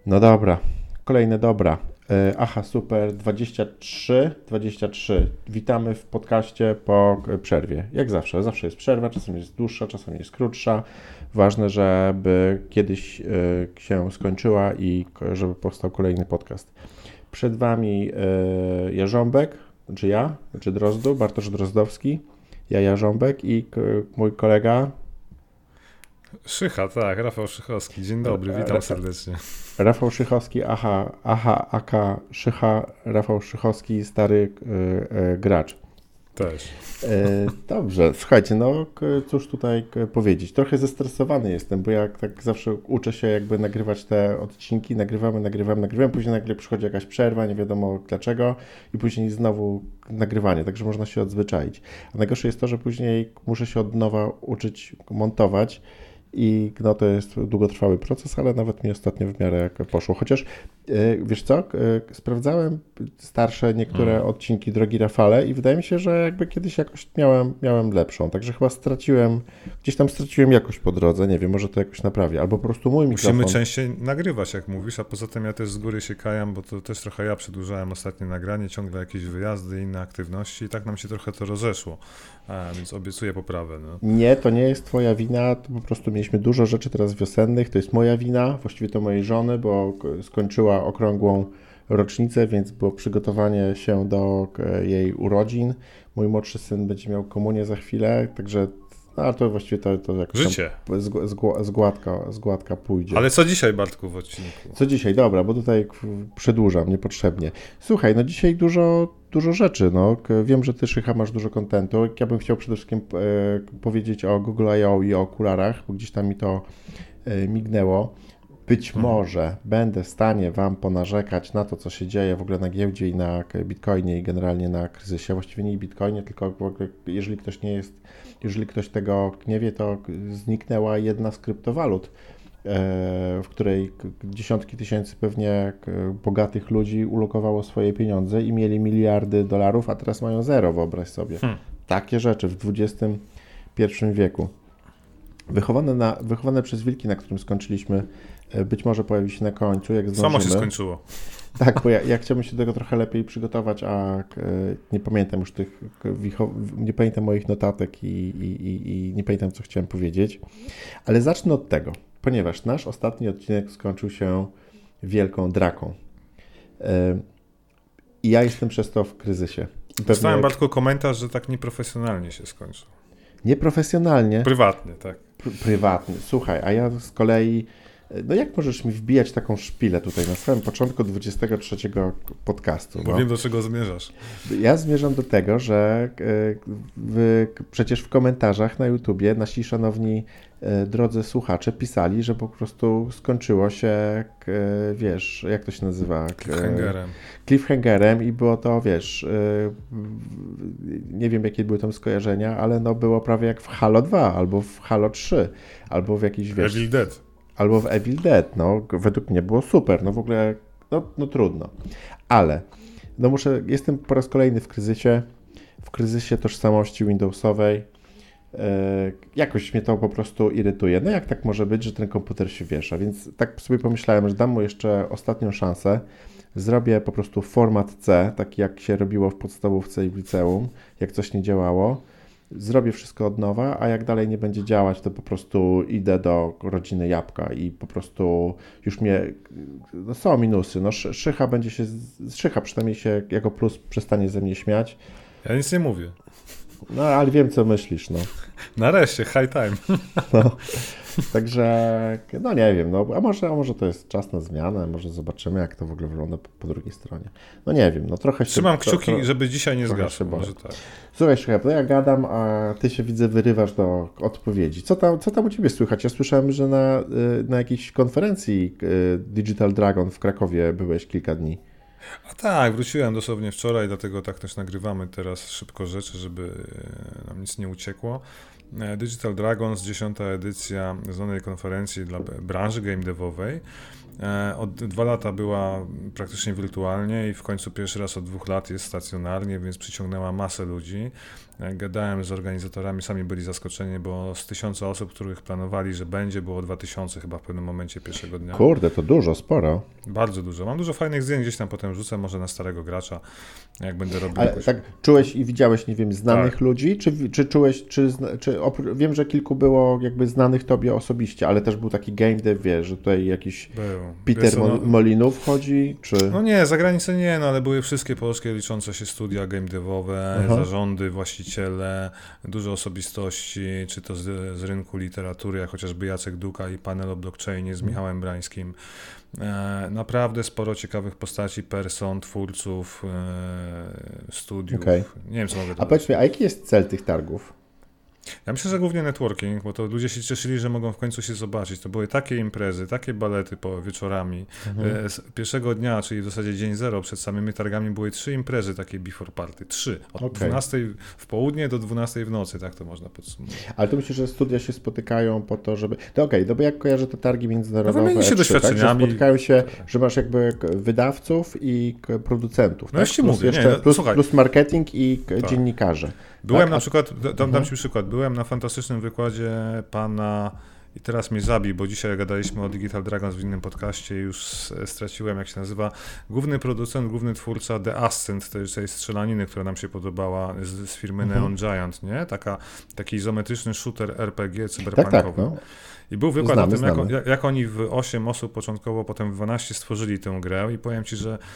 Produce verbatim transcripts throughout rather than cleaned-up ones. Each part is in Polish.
No dobra, kolejne dobra. E, Aha, super, dwadzieścia trzy, dwadzieścia trzy. Witamy w podcaście po k- przerwie. Jak zawsze, zawsze jest przerwa, czasem jest dłuższa, czasem jest krótsza. Ważne, żeby kiedyś e, się skończyła i k- żeby powstał kolejny podcast. Przed Wami e, Jarząbek, znaczy ja, znaczy Drozdu, Bartosz Drozdowski, ja Jarząbek i k- mój kolega Szycha, tak, Rafał Szychowski. Dzień dobry, witam serdecznie. Rafał Szychowski, aha, aha, aka, Szycha, Rafał Szychowski, stary y, y, gracz. Też. E, dobrze, słuchajcie, no k- cóż tutaj k- powiedzieć. Trochę zestresowany jestem, bo ja tak zawsze uczę się jakby nagrywać te odcinki, nagrywamy, nagrywamy, nagrywamy, później nagle przychodzi jakaś przerwa, nie wiadomo dlaczego i później znowu nagrywanie, także można się odzwyczaić. A najgorsze jest to, że później muszę się od nowa uczyć montować. I no to jest długotrwały proces, ale nawet mi ostatnio w miarę jak poszło. Chociaż e, wiesz co, e, sprawdzałem starsze niektóre Mm. odcinki Drogi Rafale i wydaje mi się, że jakby kiedyś jakoś miałem, miałem lepszą. Także chyba straciłem, gdzieś tam straciłem jakość po drodze. Nie wiem, może to jakoś naprawię. Albo po prostu mój Musimy mikrofon. częściej nagrywać, jak mówisz, a poza tym ja też z góry się kajam, bo to też trochę ja przedłużałem ostatnie nagranie, ciągle jakieś wyjazdy, inne aktywności i tak nam się trochę to rozeszło, a, więc obiecuję poprawę. No. Nie, to nie jest twoja wina, to po prostu mieliśmy dużo rzeczy teraz wiosennych, to jest moja wina, właściwie to mojej żony, bo k- skończyła okrągłą rocznicę, więc było przygotowanie się do k- jej urodzin. Mój młodszy syn będzie miał komunię za chwilę, także no, ale to właściwie to, to jakoś tam Życie. z, z, z, gładka, z gładka pójdzie. Ale co dzisiaj, Bartku, w odcinku? Co dzisiaj? Dobra, bo tutaj k- przedłużam niepotrzebnie. Słuchaj, no dzisiaj dużo, dużo rzeczy. No. K- Wiem, że ty, Szycha, masz dużo kontentu. Ja bym chciał przede wszystkim e, powiedzieć o Google I O i o okularach, bo gdzieś tam mi to e, mignęło. Być Mhm. może będę w stanie Wam ponarzekać na to, co się dzieje w ogóle na giełdzie i na k- Bitcoinie i generalnie na kryzysie. Właściwie nie i Bitcoinie, tylko w ogóle, jeżeli ktoś nie jest, jeżeli ktoś tego nie wie, to k- zniknęła jedna z kryptowalut, e, w której k- dziesiątki tysięcy pewnie k- bogatych ludzi ulokowało swoje pieniądze i mieli miliardy dolarów, a teraz mają zero, wyobraź sobie. Hmm. Takie rzeczy w dwudziestym pierwszym wieku. Wychowane, na, wychowane przez wilki, na którym skończyliśmy, e, być może pojawi się na końcu, jak zdążymy. Samo się skończyło. Tak, bo ja, ja chciałbym się do tego trochę lepiej przygotować, a e, nie pamiętam już tych, k- wicho, nie pamiętam moich notatek i, i, i, i nie pamiętam, co chciałem powiedzieć. Ale zacznę od tego, ponieważ nasz ostatni odcinek skończył się wielką draką. E, I ja jestem przez to w kryzysie. I Dostałem, pewnie Bartku, komentarz, że tak nieprofesjonalnie się skończył. nieprofesjonalnie, Prywatnie, tak. pr- prywatny. Słuchaj, a ja z kolei, no jak możesz mi wbijać taką szpilę tutaj na samym początku dwudziestego trzeciego podcastu? Bo No? wiem, do czego zmierzasz. Ja zmierzam do tego, że e, w, przecież w komentarzach na YouTubie nasi szanowni e, drodzy słuchacze pisali, że po prostu skończyło się, e, wiesz, jak to się nazywa? E, Cliffhangerem. Cliffhangerem i było to, wiesz, e, nie wiem jakie były tam skojarzenia, ale no było prawie jak w Halo dwa, albo w Halo trzy, albo w jakiś, wiesz, Evil Dead. albo w Evil Dead, no według mnie było super, no w ogóle, no, no trudno, ale no muszę, jestem po raz kolejny w kryzysie, w kryzysie tożsamości Windowsowej, e, jakoś mnie to po prostu irytuje, no jak tak może być, że ten komputer się wiesza, więc tak sobie pomyślałem, że dam mu jeszcze ostatnią szansę, zrobię po prostu format C, taki jak się robiło w podstawówce i w liceum, jak coś nie działało, zrobię wszystko od nowa, a jak dalej nie będzie działać, to po prostu idę do rodziny Jabłka i po prostu już mnie, no są minusy, no Szy- Szycha będzie się, z- Szycha przynajmniej się jako plus przestanie ze mnie śmiać, Ja nic nie mówię. no ale wiem co myślisz, no. Nareszcie, high time. No, także, no nie wiem, no, a może, a może to jest czas na zmianę, może zobaczymy, jak to w ogóle wygląda po, po drugiej stronie. No nie wiem, no trochę się... Trzymam tro- kciuki, tro- żeby dzisiaj nie trochę się zgasło. boję. Może tak. Słuchaj, Szef, no ja gadam, a ty się widzę, wyrywasz do odpowiedzi. Co tam, co tam u ciebie słychać? Ja słyszałem, że na, y, na jakiejś konferencji y, Digital Dragon w Krakowie byłeś kilka dni. A tak, wróciłem dosłownie wczoraj, dlatego tak też nagrywamy teraz szybko rzeczy, żeby e, nam nic nie uciekło. E, Digital Dragons, dziesiąta edycja znanej konferencji dla b- branży game devowej. E, od dwa lata była praktycznie wirtualnie i w końcu pierwszy raz od dwóch lat jest stacjonarnie, więc przyciągnęła masę ludzi. E, gadałem z organizatorami, sami byli zaskoczeni, bo z tysiąca osób, których planowali, że będzie, było dwa tysiące chyba w pewnym momencie pierwszego dnia. Kurde, to dużo, sporo. Bardzo dużo. Mam dużo fajnych zdjęć, gdzieś tam potem rzucę, może na starego gracza, jak będę robił. Ale jakoś... tak czułeś i widziałeś, nie wiem, znanych Tak. ludzi, czy, czy czułeś, czy, czy opró- wiem, że kilku było jakby znanych tobie osobiście, ale też był taki game dev, wiesz, że tutaj jakiś Był. Peter Wiesz co, no- Mo- Molinów wchodzi, czy... No nie, za granicę nie, no ale były wszystkie polskie liczące się studia game devowe, Aha. zarządy, właściciele, dużo osobistości, czy to z, z rynku literatury, jak chociażby Jacek Duka i panel o blockchainie z Michałem Brańskim. E, naprawdę sporo ciekawych postaci, person, twórców, e, studiów. Okej. Nie wiem, co mogę A dodać. powiedz mi, a jaki jest cel tych targów? Ja myślę, że głównie networking, bo to ludzie się cieszyli, że mogą w końcu się zobaczyć. To były takie imprezy, takie balety po wieczorami. Mhm. E, Z pierwszego dnia, czyli w zasadzie dzień zero, przed samymi targami były trzy imprezy takie before party. Trzy. Od Okej. dwunastej w południe do dwunastej w nocy, tak to można podsumować. Ale to myślę, że studia się spotykają po to, żeby... To okej, no bo jak kojarzę te targi międzynarodowe, No wymienić się E trzy, tak, że doświadczeniami. spotykają się, że masz jakby k- wydawców i k- producentów, No tak? już ci plus mówię, nie, jeszcze, no, plus, słuchaj. plus marketing i k- Tak. dziennikarze. Byłem Tak, na a- przykład, dam, Mhm. dam ci przykład, byłem na fantastycznym wykładzie pana, i teraz mnie zabij, bo dzisiaj gadaliśmy o Digital Dragons w innym podcaście, już s- straciłem, jak się nazywa, główny producent, główny twórca The Ascent, tej, tej strzelaniny, która nam się podobała z, z firmy Mhm. Neon Giant, nie? Taka, taki izometryczny shooter R P G Tak, cyberpunkowy. tak, no. I był wykład Znamy, o tym, jak, znamy. jak, jak oni w osiem osób początkowo, potem w dwanaście stworzyli tę grę i powiem ci, że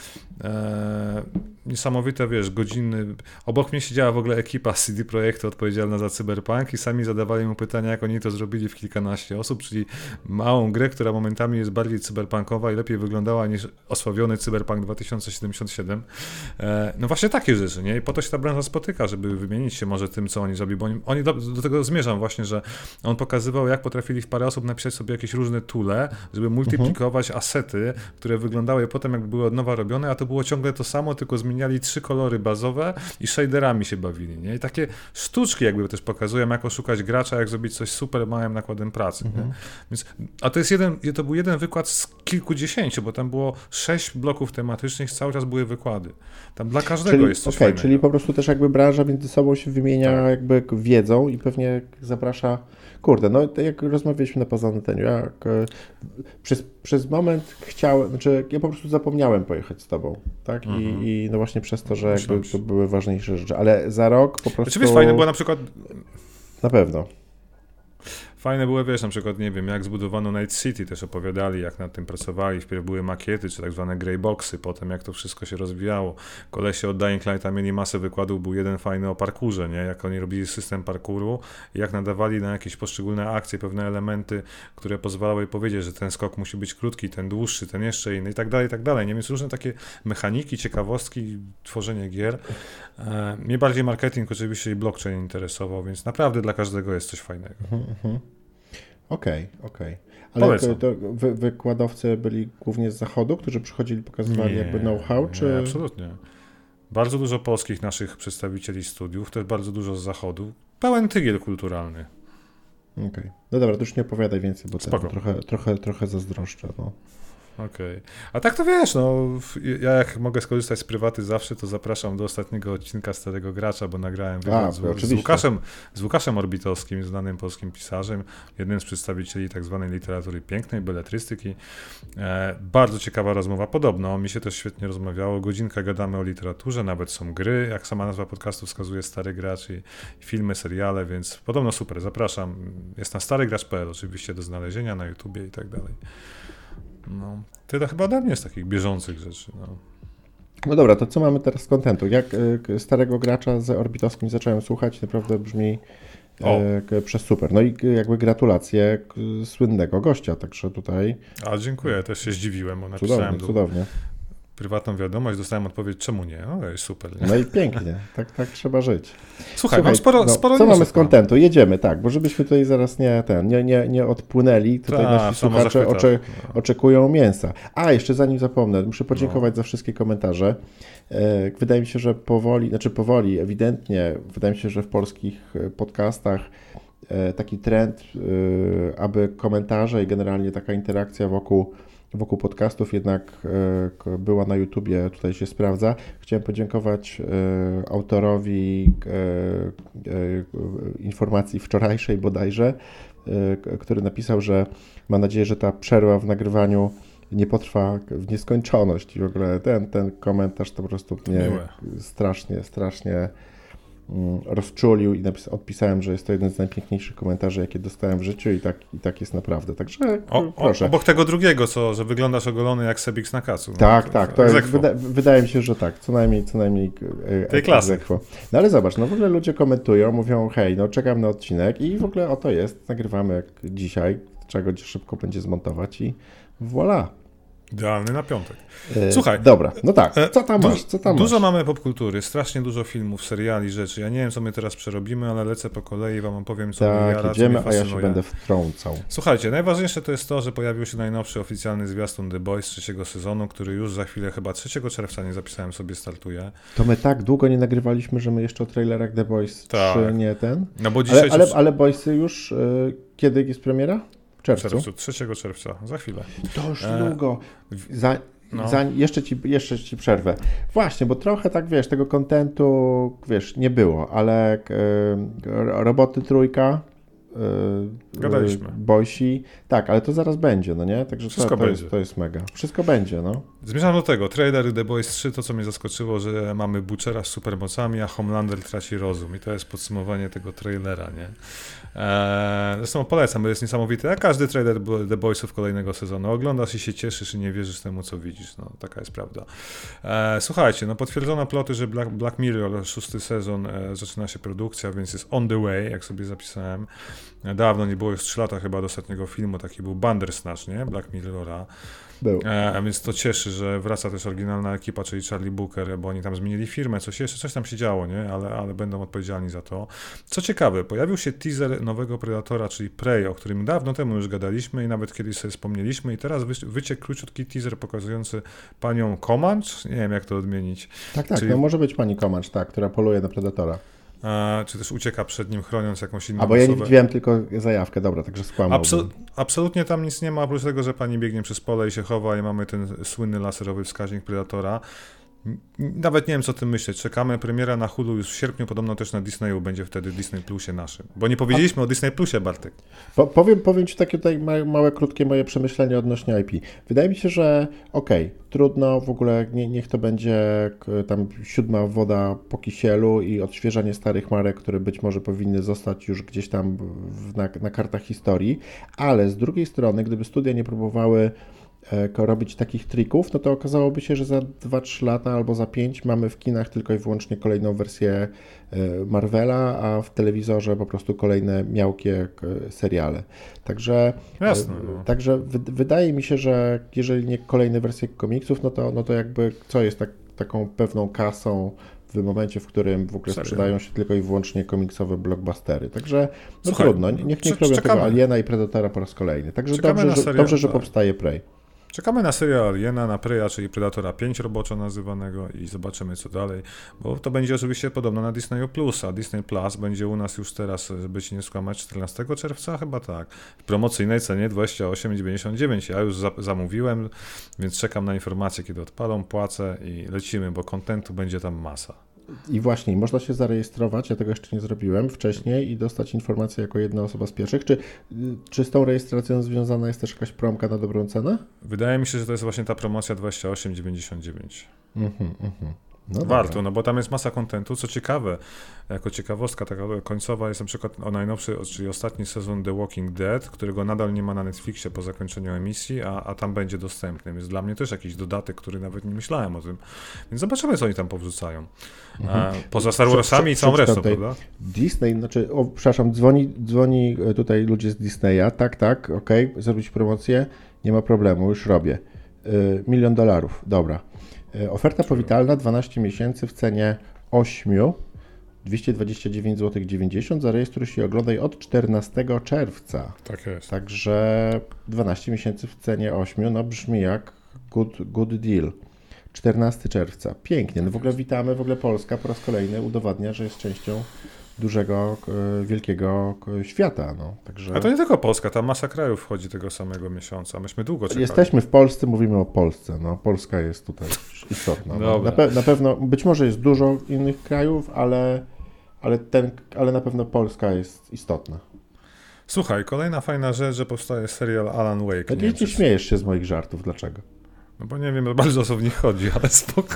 e, niesamowite, wiesz, godziny, obok mnie siedziała w ogóle ekipa z C D Projektu odpowiedzialna za Cyberpunk i sami zadawali mu pytania, jak oni to zrobili w kilkanaście osób, czyli małą grę, która momentami jest bardziej cyberpunkowa i lepiej wyglądała niż osławiony Cyberpunk dwa tysiące siedemdziesiąt siedem. E, no właśnie takie rzeczy, nie? I po to się ta branża spotyka, żeby wymienić się może tym, co oni zrobili, bo oni, oni do, do tego zmierzam właśnie, że on pokazywał, jak potrafili w parę osób napisać sobie jakieś różne toole, żeby multiplikować asety, które wyglądały potem jakby były od nowa robione, a to było ciągle to samo, tylko zmieniali trzy kolory bazowe i shaderami się bawili, nie? I takie sztuczki jakby też pokazują, jak oszukać gracza, jak zrobić coś super małym nakładem pracy, nie? Więc, a to jest jeden, to był jeden wykład z kilkudziesięciu, bo tam było sześć bloków tematycznych, cały czas były wykłady. Tam dla każdego Czyli, jest coś okej, fajnego. czyli po prostu też jakby branża między sobą się wymienia Tak. jakby k- wiedzą i pewnie zaprasza, kurde, no to jak rozmawialiśmy na poza anteniu, ja jak, e, przez, przez moment chciałem, znaczy ja po prostu zapomniałem pojechać z tobą, tak, Mhm. I, i no właśnie przez to, że jakby Myślałem, to były ważniejsze rzeczy, ale za rok po prostu... Znaczy, wiesz, fajne było na przykład Na pewno. Fajne było, wiesz, na przykład, nie wiem, jak zbudowano Night City, też opowiadali, jak nad tym pracowali. Wpierw były makiety, czy tak zwane grey boxy, potem jak to wszystko się rozwijało. Kolesie od Dying Lighta mieli masę wykładów, był jeden fajny o parkurze, nie? Jak oni robili system parkuru i jak nadawali na jakieś poszczególne akcje pewne elementy, które pozwalały powiedzieć, że ten skok musi być krótki, ten dłuższy, ten jeszcze inny i tak dalej, i tak dalej, nie? Więc różne takie mechaniki, ciekawostki, tworzenie gier. E, mnie bardziej marketing oczywiście i blockchain interesował, więc naprawdę dla każdego jest coś fajnego. Mhm, mhm. Okej, okej. Ale Polecam. to, to wy, wykładowcy byli głównie z zachodu, którzy przychodzili, pokazywali Nie, jakby know-how, nie, czy... absolutnie. Bardzo dużo polskich naszych przedstawicieli studiów, też bardzo dużo z zachodu. Pełen tygiel kulturalny. Okej. No dobra, to już nie opowiadaj więcej, bo ten, Spoko. trochę, trochę, trochę zazdroszczę, no. Okej. A tak to wiesz, no, w- ja jak mogę skorzystać z prywaty zawsze, to zapraszam do ostatniego odcinka Starego Gracza, bo nagrałem wywiad A, z, oczywiście. z, Łukaszem, z Łukaszem Orbitowskim, znanym polskim pisarzem, jednym z przedstawicieli tak zwanej literatury pięknej, beletrystyki. E, bardzo ciekawa rozmowa, podobno, mi się też świetnie rozmawiało, godzinkę gadamy o literaturze, nawet są gry, jak sama nazwa podcastu wskazuje, Stary Gracz i filmy, seriale, więc podobno super, zapraszam. Jest na starygracz kropka p l oczywiście do znalezienia na YouTubie i tak dalej. No, tyle chyba ode mnie z takich bieżących rzeczy. No. No dobra, to co mamy teraz z kontentu? Jak y, k- Starego Gracza z Orbitowskim zacząłem słuchać, naprawdę brzmi O. y, k- przez super. No i k- jakby gratulacje k- słynnego gościa, także tutaj A dziękuję, też się zdziwiłem, bo cudownie, napisałem do cudownie. prywatną wiadomość, dostałem odpowiedź, czemu nie? No jest super. Nie? No i pięknie, tak, tak trzeba żyć. Słuchaj, mam sporo, no, sporo co mamy newsów, z kontentu? Jedziemy, tak, bo żebyśmy tutaj zaraz nie ten, nie, nie, nie odpłynęli. Tutaj Ta, nasi samo słuchacze zachwyta. ocze, oczekują mięsa. A, jeszcze zanim zapomnę, muszę podziękować za wszystkie komentarze. E, Wydaje mi się, że powoli, znaczy powoli, ewidentnie, wydaje mi się, że w polskich e, podcastach e, taki trend, e, aby komentarze i generalnie taka interakcja wokół wokół podcastów jednak e, była na YouTubie, tutaj się sprawdza. Chciałem podziękować e, autorowi e, e, informacji wczorajszej bodajże, e, który napisał, że ma nadzieję, że ta przerwa w nagrywaniu nie potrwa w nieskończoność. I w ogóle ten, ten komentarz to po prostu mnie Miłe. strasznie, strasznie rozczulił i napis- odpisałem, że jest to jeden z najpiękniejszych komentarzy, jakie dostałem w życiu i tak, i tak jest naprawdę. Także O, proszę. o, obok tego drugiego, co, że wyglądasz ogolony jak Sebix na kacu. Tak, no, tak, to jest, egzekwo. wyda- wydaje mi się, że tak, co najmniej, co najmniej e, Tej klasy. egzekwo. No ale zobacz, no w ogóle ludzie komentują, mówią hej, no czekam na odcinek i w ogóle oto jest, nagrywamy jak dzisiaj, trzeba go szybko będzie zmontować i voilà. Idealny na piątek. E, Słuchaj. Dobra, no tak, co tam Du- masz, co tam Dużo masz? mamy popkultury, strasznie dużo filmów, seriali, rzeczy. Ja nie wiem, co my teraz przerobimy, ale lecę po kolei, wam opowiem, co mnie Tak, jara, co jedziemy, mnie a ja się fascynuje. będę wtrącał. Słuchajcie, najważniejsze to jest to, że pojawił się najnowszy oficjalny zwiastun The Boys trzeciego sezonu, który już za chwilę, chyba trzeciego czerwca, nie zapisałem sobie, startuje. To my tak długo nie nagrywaliśmy, że my jeszcze o trailerach The Boys Tak. trzy nie ten. No bo dzisiaj... Ale, ale, ale Boysy już, y, kiedy jest premiera? W czerwcu. czerwcu, trzeciego czerwca, za chwilę. To już E, długo. Za, no. za, jeszcze, ci, jeszcze ci przerwę. Właśnie, bo trochę tak, wiesz, tego kontentu, wiesz, nie było, ale y, Roboty Trójka, y, Gadaliśmy. y, Boysi, tak, ale to zaraz będzie, no nie? Także Wszystko to, to, będzie. jest, to jest mega. Wszystko będzie, no. Zmierzam do tego, trailer The Boys trzy, to co mnie zaskoczyło, że mamy Butchera z supermocami, a Homelander traci rozum i to jest podsumowanie tego trailera, nie? Eee, zresztą polecam, bo jest niesamowity, jak każdy trailer The Boysów kolejnego sezonu. Oglądasz i się cieszysz i nie wierzysz temu, co widzisz, no taka jest prawda. Eee, słuchajcie, no potwierdzono ploty, że Black, Black Mirror, szósty sezon, e, zaczyna się produkcja, więc jest on the way, jak sobie zapisałem. E, dawno nie było, już trzy lata chyba od ostatniego filmu, taki był Bandersnatch, nie? Black Mirrora. Był. E, więc to cieszy, że wraca też oryginalna ekipa, czyli Charlie Booker, bo oni tam zmienili firmę, coś jeszcze, coś tam się działo, nie? Ale, ale będą odpowiedzialni za to. Co ciekawe, pojawił się teaser nowego Predatora, czyli Prey, o którym dawno temu już gadaliśmy i nawet kiedyś sobie wspomnieliśmy i teraz wy, wyciekł króciutki teaser pokazujący panią Comanche, nie wiem jak to odmienić, Tak, tak, Czyli- no może być pani Comanche, tak, która poluje na Predatora. e, czy też ucieka przed nim, chroniąc jakąś inną A bo ja nie osobę. widziałem tylko zajawkę, dobra, także skłamałbym. Absol- absolutnie tam nic nie ma, oprócz tego, że pani biegnie przez pole i się chowa i mamy ten słynny laserowy wskaźnik Predatora. N- Nawet nie wiem, co o tym myśleć. Czekamy, premiera na Hulu już w sierpniu, podobno też na Disneyu będzie wtedy Disney Plusie naszym. Bo nie powiedzieliśmy o Disney Plusie, Bartek. Po, powiem, powiem Ci takie tutaj ma, małe, krótkie moje przemyślenie odnośnie I P. Wydaje mi się, że okej, okay, trudno w ogóle, nie, niech to będzie k- tam siódma woda po kisielu i odświeżanie starych marek, które być może powinny zostać już gdzieś tam w, na, na kartach historii, ale z drugiej strony, gdyby studia nie próbowały e, robić takich trików, no to okazałoby się, że za dwa trzy lata albo za pięć mamy w kinach tylko i wyłącznie kolejną wersję e, Marvela, a w telewizorze po prostu kolejne miałkie k- seriale. Także, Jasne, e, no. także wy- wydaje mi się, że jeżeli nie kolejne wersje komiksów, no to, no to jakby co jest tak, taką pewną kasą w momencie, w którym w ogóle Serio? sprzedają się tylko i wyłącznie komiksowe blockbustery. Także no Słuchaj, trudno, niech niech czek- robią czekamy. tego Aliena i Predatora po raz kolejny. Także Czekamy dobrze, na że, serial, dobrze, że tak. powstaje Prey. Czekamy na serial Aliena, na Preya, czyli Predatora pięć roboczo nazywanego i zobaczymy co dalej, bo to będzie oczywiście podobno na Disneyu Plus, a Disney Plus będzie u nas już teraz, żeby ci nie skłamać, czternastego czerwca, chyba tak, w promocyjnej cenie dwadzieścia osiem dziewięćdziesiąt dziewięć. Ja już za- zamówiłem, więc czekam na informacje, kiedy odpalą, płacę i lecimy, bo kontentu będzie tam masa. I właśnie, można się zarejestrować, ja tego jeszcze nie zrobiłem wcześniej i dostać informację jako jedna osoba z pierwszych. Czy, czy z tą rejestracją związana jest też jakaś promka na dobrą cenę? Wydaje mi się, że to jest właśnie ta promocja dwadzieścia osiem dziewięćdziesiąt dziewięć. Mhm, mhm. No Warto, dobra. no bo tam jest masa kontentu. Co ciekawe, jako ciekawostka taka końcowa jest na przykład o najnowszy, czyli ostatni sezon The Walking Dead, którego nadal nie ma na Netflixie po zakończeniu emisji, a, a tam będzie dostępny. Więc dla mnie też jakiś dodatek, który nawet nie myślałem o tym. Więc zobaczymy, co oni tam powrzucają. Mhm. A, poza Star Warsami i całą Przeczytam resztą, tutaj. prawda? Disney, znaczy, o, przepraszam, dzwoni, dzwoni tutaj ludzie z Disneya, tak, tak, okej, zrobić promocję, nie ma problemu, już robię. Y, milion dolarów, dobra. Y, oferta powitalna, dwanaście miesięcy w cenie osiem, dwieście dwadzieścia dziewięć złotych dziewięćdziesiąt, zarejestruj się i oglądaj od czternastego czerwca. Tak jest. Także dwanaście miesięcy w cenie osiem, no brzmi jak good, good deal. czternastego czerwca, pięknie, no w ogóle witamy, w ogóle Polska po raz kolejny udowadnia, że jest częścią dużego, e, wielkiego e, świata. No. Także A to nie tylko Polska, tam masa krajów wchodzi tego samego miesiąca. Myśmy długo czekali. jesteśmy w Polsce, mówimy o Polsce. No. Polska jest tutaj istotna. No. Na, pe- na pewno, być może jest dużo innych krajów, ale, ale, ten, ale na pewno Polska jest istotna. Słuchaj, kolejna fajna rzecz, że powstaje serial Alan Wake. Tak Nie nie, wiem, nie czy- śmiejesz się z moich żartów. Dlaczego? No bo nie wiem, bardzo o co w nich chodzi, ale spoko.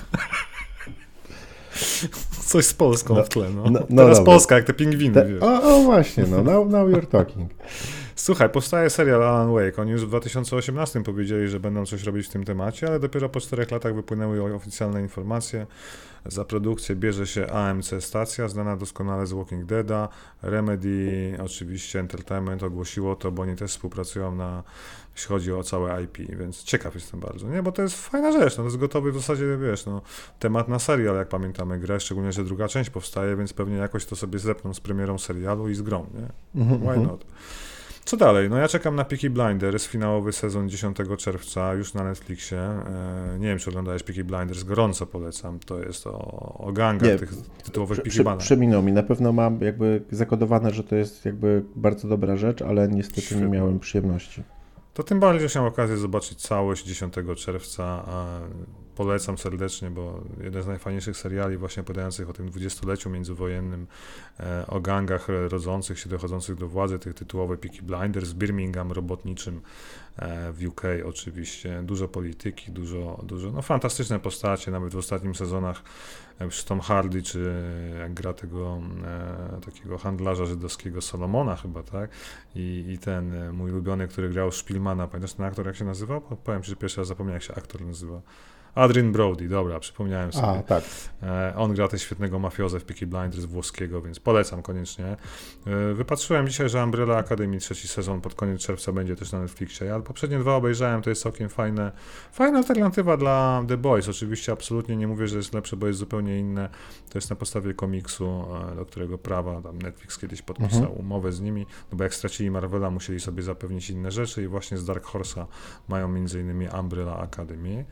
Coś z Polską No, w tle, no. no, no Teraz dobra. Polska, jak te pingwiny, Te, wiesz. o, o właśnie, no, now, now you're talking. Słuchaj, powstaje serial Alan Wake. Oni już w dwa tysiące osiemnastym powiedzieli, że będą coś robić w tym temacie, ale dopiero po czterech latach wypłynęły oficjalne informacje. Za produkcję bierze się A M C Stacja, znana doskonale z Walking Deada. Remedy, oczywiście Entertainment ogłosiło to, bo oni też współpracują na, jeśli chodzi o całe I P, więc ciekaw jestem bardzo, nie? Bo to jest fajna rzecz, no to jest gotowy w zasadzie, wiesz, no, temat na serial, jak pamiętamy grę, szczególnie, że druga część powstaje, więc pewnie jakoś to sobie zepną z premierą serialu i z grą, nie? Why not? Co dalej? No ja czekam na Peaky Blinders, finałowy sezon dziesiątego czerwca, już na Netflixie. E, nie wiem, czy oglądałeś Peaky Blinders, gorąco polecam. To jest o, o gangach Nie, tych tytułowych Prze- Peaky prze- Blinders. Przeminął mi. Na pewno mam jakby zakodowane, że to jest jakby bardzo dobra rzecz, ale niestety Świetnie. nie miałem przyjemności. To tym bardziej, że miałem okazję zobaczyć całość dziesiątego czerwca. A polecam serdecznie, bo jeden z najfajniejszych seriali właśnie opowiadających o tym dwudziestoleciu międzywojennym, e, o gangach rodzących się, dochodzących do władzy, tych tytułowych Peaky Blinders, Birmingham robotniczym e, w U K oczywiście. Dużo polityki, dużo, dużo, no fantastyczne postacie, nawet w ostatnich sezonach e, przy Tom Hardy, czy jak gra tego e, takiego handlarza żydowskiego Solomona chyba, tak? I, i ten e, mój ulubiony, który grał Szpilmana, pamiętasz ten aktor, jak się nazywał? Powiem ci, że pierwszy raz zapomniałem, jak się aktor nazywa. Adrian Brody, dobra, przypomniałem sobie. A, tak. E, on gra też świetnego mafiozę w Peaky Blinders włoskiego, więc polecam koniecznie. E, wypatrzyłem dzisiaj, że Umbrella Academy trzeci sezon pod koniec czerwca będzie też na Netflixie, ale poprzednie dwa obejrzałem, to jest całkiem fajne, fajna alternatywa dla The Boys. Oczywiście absolutnie nie mówię, że jest lepsze, bo jest zupełnie inne. To jest na podstawie komiksu, e, do którego prawa tam Netflix kiedyś podpisał Mhm. umowę z nimi, no bo jak stracili Marvela, musieli sobie zapewnić inne rzeczy i właśnie z Dark Horse'a mają między innymi Umbrella Academy.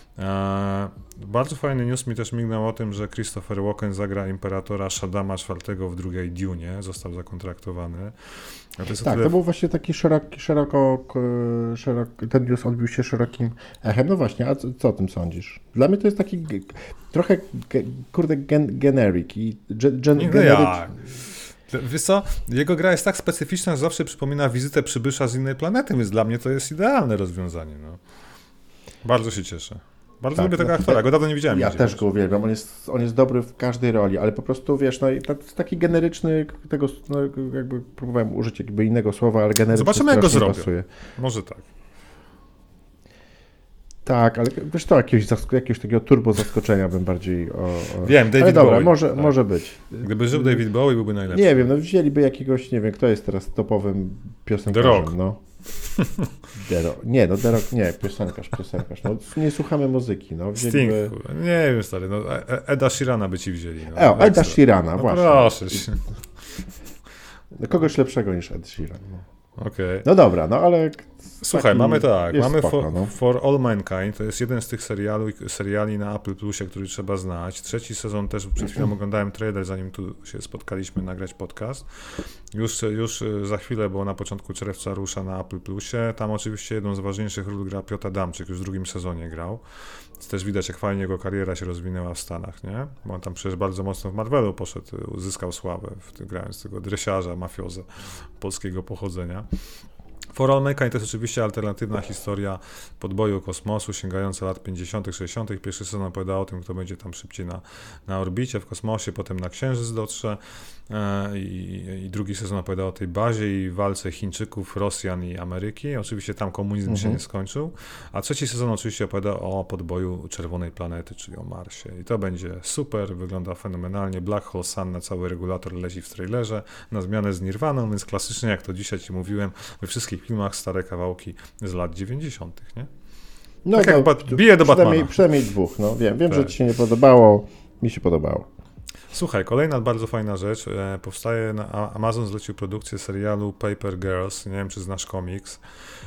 Eee, bardzo fajny news mi też mignął o tym, że Christopher Walken zagra imperatora Shaddama czwartego w drugiej Dune, został zakontraktowany. A to jest o Tak, tyle- to był właśnie taki szeroki, szeroko, k- szerok, ten news odbił się szerokim echem. No właśnie, a co, co o tym sądzisz? Dla mnie to jest taki g- trochę, g- kurde, gen, generic i gen, gen, Nie, no generic. jak? Wiesz co, jego gra jest tak specyficzna, że zawsze przypomina wizytę przybysza z innej planety, więc dla mnie to jest idealne rozwiązanie. No. Bardzo się cieszę. Bardzo Tak, lubię tego no, aktora, go dawno nie widziałem. Ja nigdzie, też wiesz. go uwielbiam, on jest, on jest dobry w każdej roli, ale po prostu, wiesz, no i to jest taki generyczny, tego, no, jakby próbowałem użyć jakby innego słowa, ale generyczny Zobaczymy, jak go strasznie zrobią. pasuje. Może tak. Tak, ale wiesz to, jakiegoś, zask- jakiegoś takiego turbo zaskoczenia bym bardziej o... o... Wiem, David ale dobra, Bowie. może, Tak. może być. Gdyby żył David Bowie, byłby najlepszy. Nie wiem, no wzięliby jakiegoś, nie wiem, kto jest teraz topowym piosenkarzem, The Rock. no. The Rock. Nie, no The Rock, nie, piosenkarz, piosenkarz. No, nie słuchamy muzyki, no. Sting, Wzięliby... kurwa. Nie wiem, stary, no, E- Eda Sheerana by ci wzięli. No, E, o, Eda Ekstra. Sheerana, No właśnie. proszę się. No, kogoś lepszego niż Ed Sheeran. No, Okej. no dobra, no ale... Słuchaj, taki mamy tak, jest mamy spoko, for, no. for All Mankind, to jest jeden z tych serialu, seriali na Apple Plusie, który trzeba znać. Trzeci sezon też przed chwilą oglądałem trailer, zanim tu się spotkaliśmy nagrać podcast. Już, już za chwilę, bo na początku czerwca rusza na Apple Plusie. Tam oczywiście jedną z ważniejszych ról gra Piotr Adamczyk, już w drugim sezonie grał. Więc też widać, jak fajnie jego kariera się rozwinęła w Stanach, nie? Bo on tam przecież bardzo mocno w Marvelu poszedł, uzyskał sławę, w tym, grając tego dresiarza, mafiozę polskiego pochodzenia. For All Mankind to jest oczywiście alternatywna historia podboju kosmosu sięgająca lat pięćdziesiątych, sześćdziesiątych. Pierwszy sezon opowiada o tym, kto będzie tam szybciej na, na orbicie, w kosmosie, potem na Księżyc dotrze. E, i, I drugi sezon opowiada o tej bazie i walce Chińczyków, Rosjan i Ameryki. Oczywiście tam komunizm Mhm. się nie skończył. A trzeci sezon oczywiście opowiada o podboju czerwonej planety, czyli o Marsie. I to będzie super, wygląda fenomenalnie. Black Hole Sun na cały regulator leci w trailerze, na zmianę z Nirvaną, więc klasycznie, jak to dzisiaj ci mówiłem, we wszystkich filmach stare kawałki z lat dziewięćdziesiątych, nie? No, Tak jak no, Bat- bije do przynajmniej, Batmana. przynajmniej dwóch, no wiem, wiem, że Tak. ci się nie podobało, mi się podobało. Słuchaj, kolejna bardzo fajna rzecz. E, powstaje, na, Amazon zlecił produkcję serialu Paper Girls. Nie wiem, czy znasz komiks.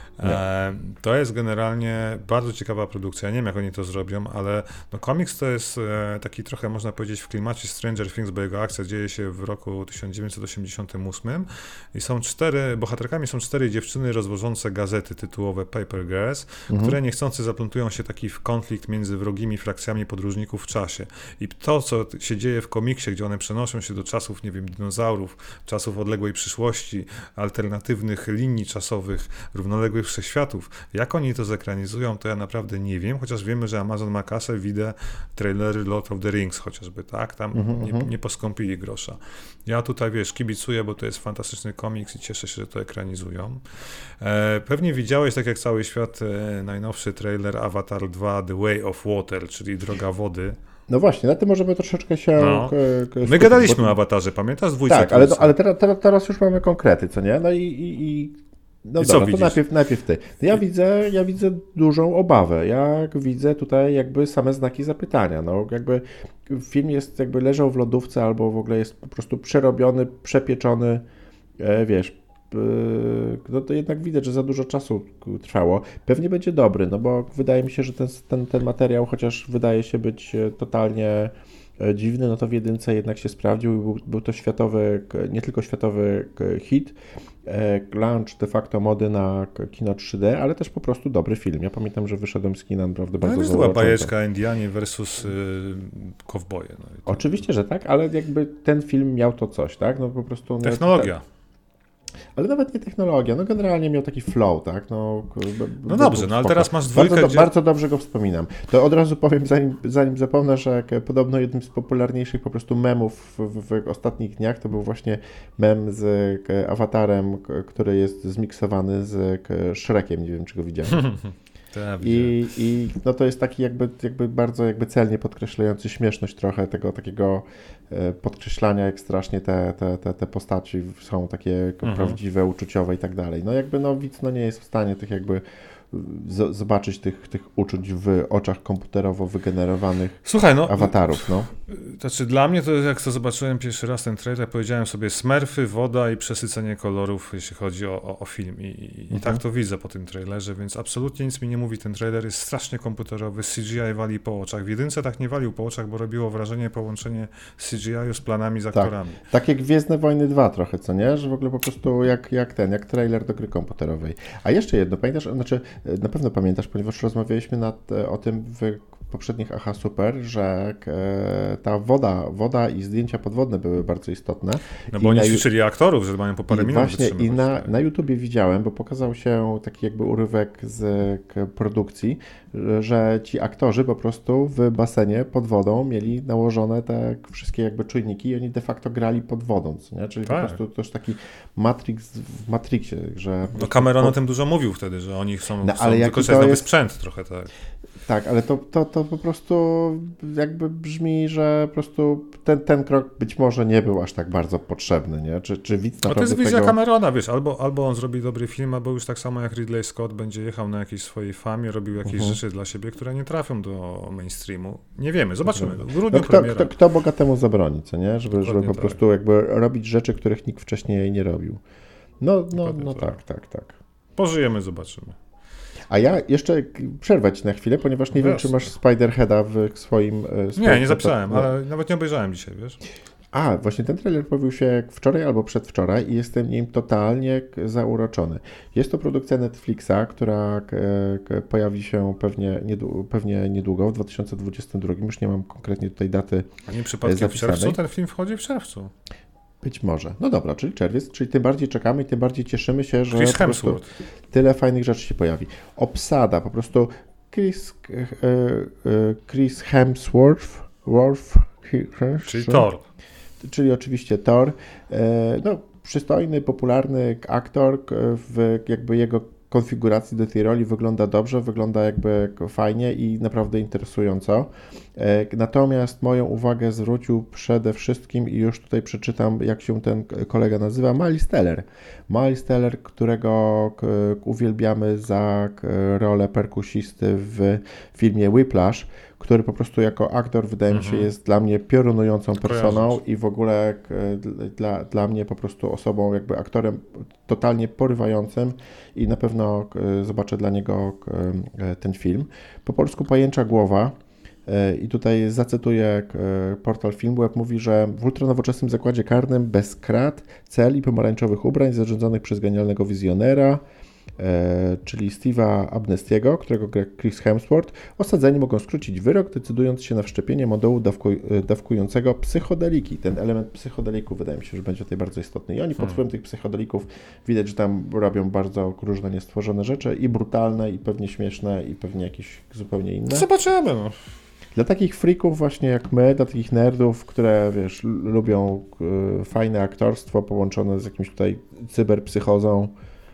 E, to jest generalnie bardzo ciekawa produkcja. Nie wiem, jak oni to zrobią, ale no, komiks to jest e, taki trochę, można powiedzieć, w klimacie Stranger Things, bo jego akcja dzieje się w roku tysiąc dziewięćset osiemdziesiątym ósmym i są cztery, bohaterkami są cztery dziewczyny rozwożące gazety tytułowe Paper Girls, mhm. które niechcący zaplątują się taki w konflikt między wrogimi frakcjami podróżników w czasie. I to, co się dzieje w komiksie, gdzie one przenoszą się do czasów, nie wiem, dinozaurów, czasów odległej przyszłości, alternatywnych linii czasowych, równoległych wszechświatów. Jak oni to zekranizują, to ja naprawdę nie wiem, chociaż wiemy, że Amazon ma kasę, widzę trailery Lord of the Rings chociażby, tak? Tam mm-hmm. nie, nie poskąpili grosza. Ja tutaj, wiesz, kibicuję, bo to jest fantastyczny komiks i cieszę się, że to ekranizują. E, pewnie widziałeś, tak jak cały świat, e, najnowszy trailer Avatar dwa The Way of Water, czyli Droga Wody. No właśnie, na tym możemy troszeczkę się... No. K- k- My gadaliśmy bo... o Awatarze, pamiętasz? Dwójce tak, ale, ale teraz, teraz już mamy konkrety, co nie? No i... i, i... No I dobra, co to widzisz? najpierw, najpierw ty. No ja widzę, ja widzę dużą obawę. Ja widzę tutaj jakby same znaki zapytania. No jakby film jest jakby leżał w lodówce albo w ogóle jest po prostu przerobiony, przepieczony, e, wiesz, e, no to jednak widać, że za dużo czasu trwało. Pewnie będzie dobry, no bo wydaje mi się, że ten, ten, ten materiał, chociaż wydaje się być totalnie dziwny, no to w jedynce jednak się sprawdził i był, był to światowy, nie tylko światowy hit, launch de facto mody na kino trzy D, ale też po prostu dobry film. Ja pamiętam, że wyszedłem z kina naprawdę bardzo zauroczony. To była bajeczka Indianie versus y, kowboje. No to... Oczywiście, że tak, ale jakby ten film miał to coś, tak? No po prostu... Technologia. No, ale nawet nie technologia, no generalnie miał taki flow, tak? No, no dobrze, no ale teraz masz dwójkę, bardzo, gdzie... bardzo dobrze go wspominam. To od razu powiem, zanim, zanim zapomnę, że jak podobno jednym z popularniejszych po prostu memów w, w ostatnich dniach to był właśnie mem z Awatarem, który jest zmiksowany z Shrekiem, nie wiem, czy go widziałem. I, I no to jest taki jakby, jakby bardzo jakby celnie podkreślający śmieszność trochę tego takiego podkreślania, jak strasznie te, te, te, te postaci są takie mhm. prawdziwe, uczuciowe i tak dalej. No jakby no widz no nie jest w stanie tych jakby z, zobaczyć tych, tych uczuć w oczach komputerowo wygenerowanych Słuchaj, no, awatarów. No. Znaczy dla mnie to jak to zobaczyłem pierwszy raz ten trailer, powiedziałem sobie smurfy, woda i przesycenie kolorów, jeśli chodzi o, o, o film. I, i, mhm. i tak to widzę po tym trailerze, więc absolutnie nic mi nie mówi. Ten trailer jest strasznie komputerowy, C G I wali po oczach. W jedynce tak nie walił po oczach, bo robiło wrażenie połączenie C G I-u z planami, z aktorami. Tak, tak jak Gwiezdne Wojny dwa trochę, co nie? Że w ogóle po prostu jak, jak ten, jak trailer do gry komputerowej. A jeszcze jedno, pamiętasz, znaczy na pewno pamiętasz, ponieważ rozmawialiśmy nad, o tym w poprzednich Aha Super, że ta woda, woda i zdjęcia podwodne były bardzo istotne. No bo I oni na, ćwiczyli aktorów, że mają po parę minut właśnie i na, na YouTubie widziałem, bo pokazał się taki jakby urywek z produkcji, że ci aktorzy po prostu w basenie pod wodą mieli nałożone te wszystkie jakby czujniki i oni de facto grali pod wodą, co nie? Czyli tak. po prostu też taki Matrix w Matrixie, że... No Cameron pod... o tym dużo mówił wtedy, że oni są, no, są wykorzystać nowy jest... sprzęt trochę, tak. Tak, ale to, to, to po prostu jakby brzmi, że po prostu ten, ten krok być może nie był aż tak bardzo potrzebny, nie? Czy, czy widz naprawdę no to jest wizja tego... Camerona, wiesz, albo, albo on zrobi dobry film, albo już tak samo jak Ridley Scott będzie jechał na jakiejś swojej famie, robił jakieś uh-huh. rzeczy dla siebie, które nie trafią do mainstreamu. Nie wiemy, zobaczymy. W grudniu no kto, premiera. Kto, kto bogatemu zabroni, co nie? Żeby, żeby po tak. prostu jakby robić rzeczy, których nikt wcześniej nie robił. No, no, no tak, tak, tak. Pożyjemy, zobaczymy. A ja jeszcze przerwę ci na chwilę, ponieważ nie Jasne. wiem, czy masz Spiderheada w swoim... swoim nie, nie zapisałem, no. ale nawet nie obejrzałem dzisiaj, wiesz? A, właśnie ten trailer pojawił się wczoraj albo przedwczoraj i jestem nim totalnie zauroczony. Jest to produkcja Netflixa, która pojawi się pewnie niedługo, pewnie niedługo w dwa tysiące dwudziestym drugim. Już nie mam konkretnie tutaj daty A nie przypadkiem zapisanej. W czerwcu? Ten film wchodzi w czerwcu. Być może. No dobra, czyli czerwiec, czyli tym bardziej czekamy i tym bardziej cieszymy się, że Chris po prostu tyle fajnych rzeczy się pojawi. Obsada, po prostu Chris, Chris Hemsworth, Worth, czyli Thor. Czyli oczywiście Thor. No, przystojny, popularny aktor, w jakby jego konfiguracji do tej roli wygląda dobrze, wygląda jakby fajnie i naprawdę interesująco. Natomiast moją uwagę zwrócił przede wszystkim, i już tutaj przeczytam, jak się ten kolega nazywa, Miles Teller. Miles Teller, którego uwielbiamy za rolę perkusisty w filmie Whiplash, który po prostu jako aktor wydaje mi się Mhm. jest dla mnie piorunującą personą Kojarzysz. i w ogóle e, dla, dla mnie po prostu osobą, jakby aktorem totalnie porywającym i na pewno e, zobaczę dla niego e, ten film. Po polsku Pajęcza głowa. I tutaj zacytuję portal Filmweb, mówi, że w ultranowoczesnym zakładzie karnym bez krat, cel i pomarańczowych ubrań zarządzonych przez genialnego wizjonera, e, czyli Steve'a Abnestiego, którego gra Chris Hemsworth, osadzeni mogą skrócić wyrok, decydując się na wszczepienie modułu dawku, dawkującego psychodeliki. Ten element psychodeliku wydaje mi się, że będzie tutaj bardzo istotny. I oni pod wpływem tych psychodelików widać, że tam robią bardzo różne niestworzone rzeczy i brutalne, i pewnie śmieszne, i pewnie jakieś zupełnie inne. Zobaczymy, no. Dla takich freaków właśnie jak my, dla takich nerdów, które, wiesz, l- lubią y, fajne aktorstwo połączone z jakimś tutaj cyberpsychozą,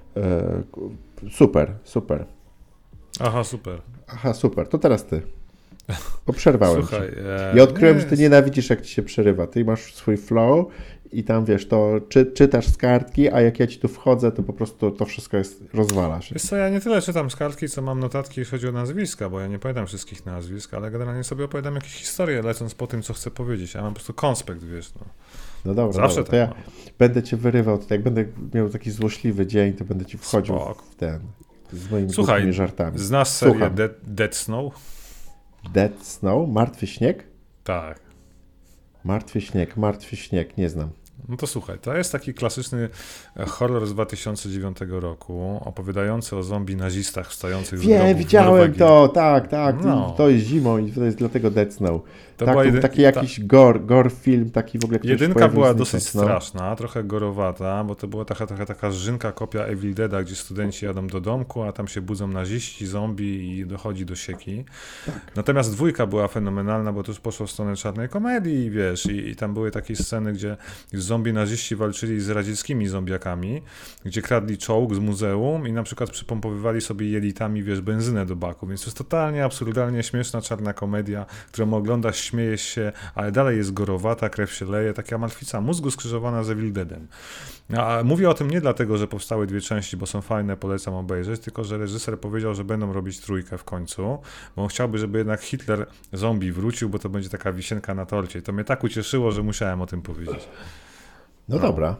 y, super, super. Aha, super. Aha, super, to teraz ty. Bo przerwałem Słuchaj, ci. e, Ja odkryłem, nie, że ty nienawidzisz, jak ci się przerywa. Ty masz swój flow i tam, wiesz, to czy, czytasz z kartki, a jak ja ci tu wchodzę, to po prostu to wszystko jest, rozwalasz. Wiesz co, ja nie tyle czytam z kartki, co mam notatki, jeśli chodzi o nazwiska, bo ja nie pamiętam wszystkich nazwisk, ale generalnie sobie opowiadam jakieś historie, lecąc po tym, co chcę powiedzieć. Ja mam po prostu konspekt, wiesz, no. No dobra, Zawsze dobra, to tak ja mam. będę cię wyrywał, to jak będę miał taki złośliwy dzień, to będę ci wchodził Spoko. w ten, z moimi Słuchaj, głupimi żartami. Znasz serię Słucham. Dead, Dead Snow? Dead Snow? Martwy śnieg? Tak. Martwy śnieg, martwy śnieg, nie znam. No to słuchaj, to jest taki klasyczny horror z dwa tysiące dziewiątego roku, opowiadający o zombie nazistach wstających z Wiem, grobów w widziałem Norwegii. to, tak, tak, No. to jest zimą i to jest dlatego Dead Snow. To Tak, była jedy- taki ta- jakiś gore, gore film, taki w ogóle, który się Jedynka pojawił była znikąd, dosyć no. straszna, trochę gorowata, bo to była taka, taka, taka żynka kopia Evil Deada, gdzie studenci jadą do domku, a tam się budzą naziści, zombie i dochodzi do sieki. Tak. Natomiast dwójka była fenomenalna, bo to już poszło w stronę czarnej komedii, wiesz, i, i tam były takie sceny, gdzie zombie naziści walczyli z radzieckimi zombiakami, gdzie kradli czołg z muzeum i na przykład przypompowywali sobie jelitami, wiesz, benzynę do baku, więc to jest totalnie, absurdalnie śmieszna czarna komedia, którą oglądasz, śmiejesz się, ale dalej jest gorowata, krew się leje, taka martwica mózgu skrzyżowana z Evil Deadem. A mówię o tym nie dlatego, że powstały dwie części, bo są fajne, polecam obejrzeć, tylko że reżyser powiedział, że będą robić trójkę w końcu, bo on chciałby, żeby jednak Hitler zombie wrócił, bo to będzie taka wisienka na torcie. I to mnie tak ucieszyło, że musiałem o tym powiedzieć. No dobra.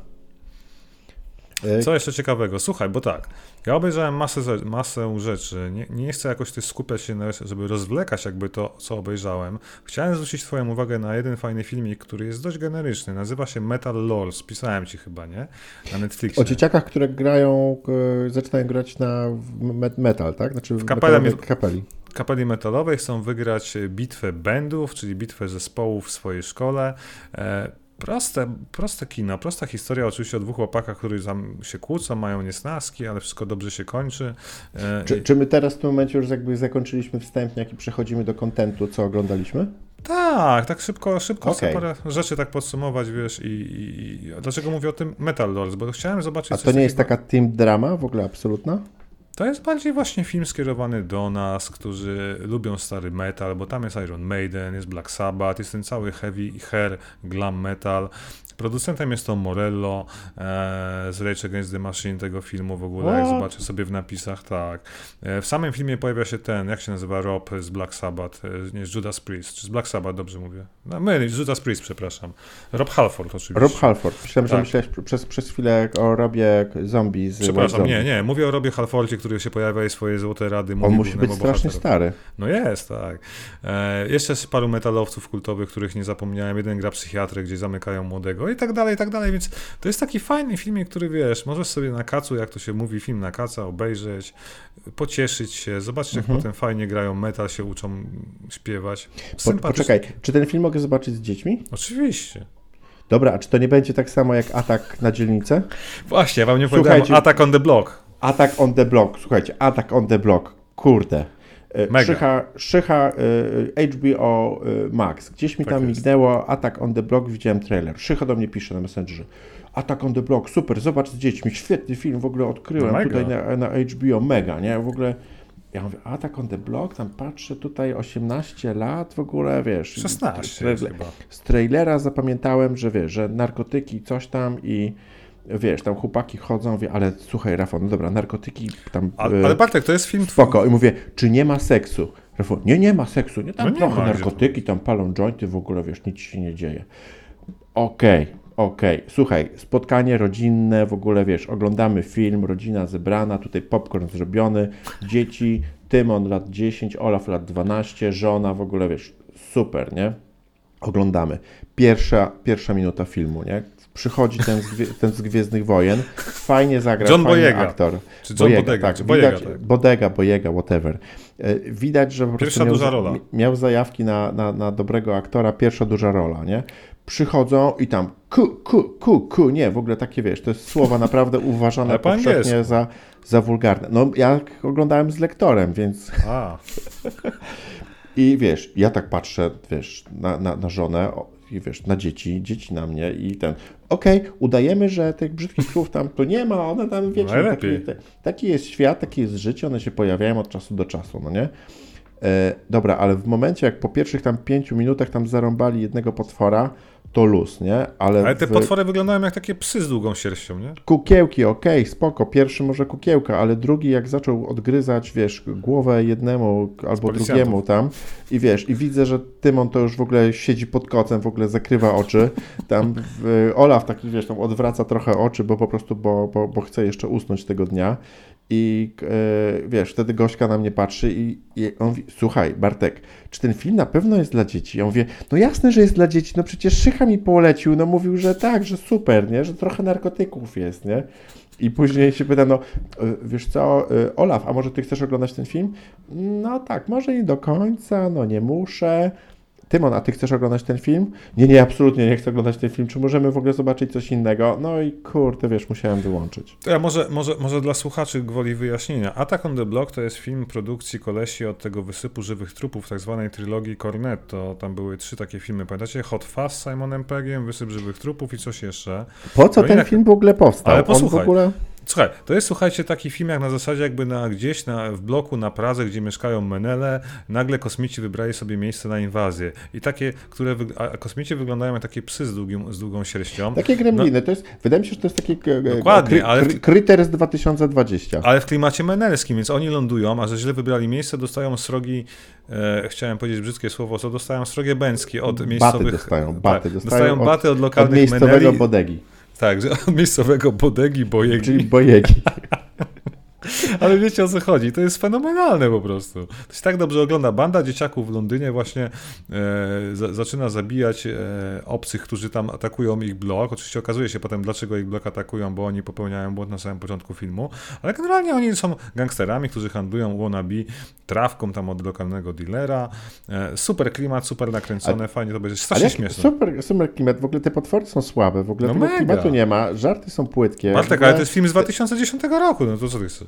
E, Co jeszcze ciekawego? Słuchaj, bo tak, ja obejrzałem masę, ze- masę rzeczy, nie, nie chcę jakoś też skupiać się, na, żeby rozwlekać jakby to, co obejrzałem. Chciałem zwrócić twoją uwagę na jeden fajny filmik, który jest dość generyczny, nazywa się Metal Lords, pisałem ci chyba, nie? Na Netflixie. O dzieciakach, które grają, e, zaczynają grać na w me- metal, tak? Znaczy w kapele metalowej mi- kapeli. Kapeli metalowej chcą wygrać bitwę bandów, czyli bitwę zespołów w swojej szkole. E, proste, proste kino, prosta historia oczywiście o dwóch chłopakach, którzy tam się kłócą, mają niesnaski, ale wszystko dobrze się kończy. E, Czy, czy my teraz w tym momencie już jakby zakończyliśmy wstępniak i przechodzimy do kontentu, co oglądaliśmy? Tak, tak szybko, szybko Okej. chcę parę rzeczy tak podsumować, wiesz, i, i, i dlaczego mówię o tym Metal Lords, bo chciałem zobaczyć A coś to nie jest takiego- taka team drama w ogóle absolutna? To jest bardziej właśnie film skierowany do nas, którzy lubią stary metal, bo tam jest Iron Maiden, jest Black Sabbath, jest ten cały heavy hair glam metal. Producentem jest Tom Morello e, z Rage Against the Machine tego filmu w ogóle, jak What? zobaczę sobie w napisach, tak. E, w samym filmie pojawia się ten, jak się nazywa, Rob z Black Sabbath, e, nie, z Judas Priest, czy z Black Sabbath, dobrze mówię? No, my, z Judas Priest, przepraszam. Rob Halford oczywiście. Rob Halford. Myślałem, że Tak. myślałeś przez, przez chwilę o Robie zombie z White Przepraszam, Zombie. nie, nie, mówię o Robie Halfordzie, który się pojawia i swoje złote rady mówi On musi być głównemu strasznie bohaterowi. stary. No jest, tak. E, jeszcze jest paru metalowców kultowych, których nie zapomniałem. Jeden gra psychiatrę, gdzie zamykają młodego i tak dalej, i tak dalej, więc to jest taki fajny filmik, który wiesz, możesz sobie na kacu, jak to się mówi, film na kaca, obejrzeć, pocieszyć się, zobaczyć jak Mhm. potem fajnie grają metal, się uczą śpiewać. Po, Sympatycznie. poczekaj, czy ten film mogę zobaczyć z dziećmi? Oczywiście. Dobra, a czy to nie będzie tak samo jak Atak na dzielnicę? Właśnie, ja wam nie Słuchajcie- powiedziałem Attack on the Block. Atak on the Block, słuchajcie, Atak on the Block, kurde. E, Mega. Szycha, szycha e, H B O e, Max, gdzieś mi Tak tam jest. mignęło Atak on the Block, widziałem trailer. Szycha do mnie pisze na Messengerze. Atak on the Block, super, zobacz z dziećmi, świetny film, w ogóle odkryłem Mega. tutaj na, na H B O, mega, nie? W ogóle, ja mówię, Atak on the Block, tam patrzę, tutaj osiemnaście lat, w ogóle, wiesz. szesnaście z, jest traile- chyba. z trailera zapamiętałem, że wiesz, że narkotyki, coś tam i wiesz, tam chłopaki chodzą, mówię, ale słuchaj Rafał, no dobra, narkotyki tam... Ale, e, ale Bartek, to jest film Spoko. I mówię, czy nie ma seksu? Rafał, nie, nie ma seksu, nie, tam No nie trochę ma, narkotyki, tam palą jointy, w ogóle, wiesz, nic się nie dzieje. Okej, okay, okej, okay. Słuchaj, spotkanie rodzinne, w ogóle, wiesz, oglądamy film, rodzina zebrana, tutaj popcorn zrobiony, dzieci, Tymon lat dziesięć, Olaf lat dwanaście, żona, w ogóle, wiesz, super, nie? Oglądamy. Pierwsza, pierwsza minuta filmu, nie? Przychodzi ten z, gwie, ten z Gwiezdnych Wojen, fajnie zagra, John fajny Boyega. aktor. Czy John Boyega, Bodega, tak. czy Boyega, Widać, tak. Bodega, Boyega, whatever. Widać, że po Pierwsza prostu duża miał, rola. miał zajawki na, na, na dobrego aktora, pierwsza duża rola, nie? Przychodzą i tam ku, ku, ku, ku, nie, w ogóle takie, wiesz, to jest słowa naprawdę uważane po powszechnie angielsku. za, za wulgarne. No, ja oglądałem z lektorem, więc... A. I wiesz, ja tak patrzę, wiesz, na, na, na żonę i wiesz, na dzieci, dzieci na mnie i ten, okej, okay, udajemy, że tych brzydkich słów tam to nie ma, one tam, wiecie, taki, taki jest świat, taki jest życie, one się pojawiają od czasu do czasu, no nie? E, dobra, ale w momencie, jak po pierwszych tam pięciu minutach tam zarąbali jednego potwora, to luz, nie? Ale, Ale te w... potwory wyglądają jak takie psy z długą sierścią, nie? Kukiełki, okej, okay, spoko, pierwszy może kukiełka, ale drugi jak zaczął odgryzać, wiesz, głowę jednemu albo drugiemu tam i wiesz, i widzę, że Tymon to już w ogóle siedzi pod kocem, w ogóle zakrywa oczy, tam w, Olaf taki, wiesz, tam odwraca trochę oczy, bo po prostu, bo, bo, bo chce jeszcze usnąć tego dnia i e, wiesz, wtedy Gośka na mnie patrzy i, i on mówi, słuchaj, Bartek, czy ten film na pewno jest dla dzieci? Ja mówię, no jasne, że jest dla dzieci, no przecież Szycha mi polecił, no mówił, że tak, że super, nie, że trochę narkotyków jest, nie? I później się pyta, no wiesz co, Olaf, a może ty chcesz oglądać ten film? No tak, może nie do końca, no nie muszę. Tymon, a ty chcesz oglądać ten film? Nie, nie, absolutnie nie chcę oglądać ten film. Czy możemy w ogóle zobaczyć coś innego? No i kurde, wiesz, musiałem wyłączyć. To ja może, może, może dla słuchaczy gwoli wyjaśnienia. Attack on the Block to jest film produkcji kolesi od tego wysypu żywych trupów, tak zwanej trylogii Cornetto. Tam były trzy takie filmy, pamiętacie? Hot Fuzz z Simonem Peggiem, Wysyp żywych trupów i coś jeszcze. Po co no ten jak... film w ogóle powstał? Ale posłuchaj. On w ogóle... Słuchaj, to jest, słuchajcie, taki film jak na zasadzie jakby na, gdzieś na, w bloku na Pradze, gdzie mieszkają Menele, nagle kosmici wybrali sobie miejsce na inwazję. I takie, które, wy, a kosmici wyglądają jak takie psy z, długim, z długą sierścią. Takie gremliny, no, to jest, wydaje mi się, że to jest taki dokładnie, kry, ale kry, kryter z dwa tysiące dwudziestego. Ale w klimacie menelskim, więc oni lądują, a że źle wybrali miejsce, dostają srogi, e, chciałem powiedzieć brzydkie słowo, co dostają srogie bęcki od miejscowych... Baty dostają, baty tak, dostają, dostają od, baty od lokalnych od miejscowego meneli. bodegi. Tak, od miejscowego bodegi, bojegi. Czyli bojegi. Ale wiecie, o co chodzi, to jest fenomenalne po prostu. To się tak dobrze ogląda. Banda dzieciaków w Londynie właśnie e, za, zaczyna zabijać e, obcych, którzy tam atakują ich blok. Oczywiście okazuje się potem, dlaczego ich blok atakują, bo oni popełniają błąd na samym początku filmu, ale generalnie oni są gangsterami, którzy handlują wannabe trawką tam od lokalnego dealera. E, super klimat, super nakręcone, A, fajnie to będzie, strasznie śmieszne. Super, super klimat, w ogóle te potwory są słabe, w ogóle no tego mega. klimatu nie ma, żarty są płytkie. Bartek, ogóle... ale to jest film z dwa tysiące dziesiątego roku, no to co ty chcesz?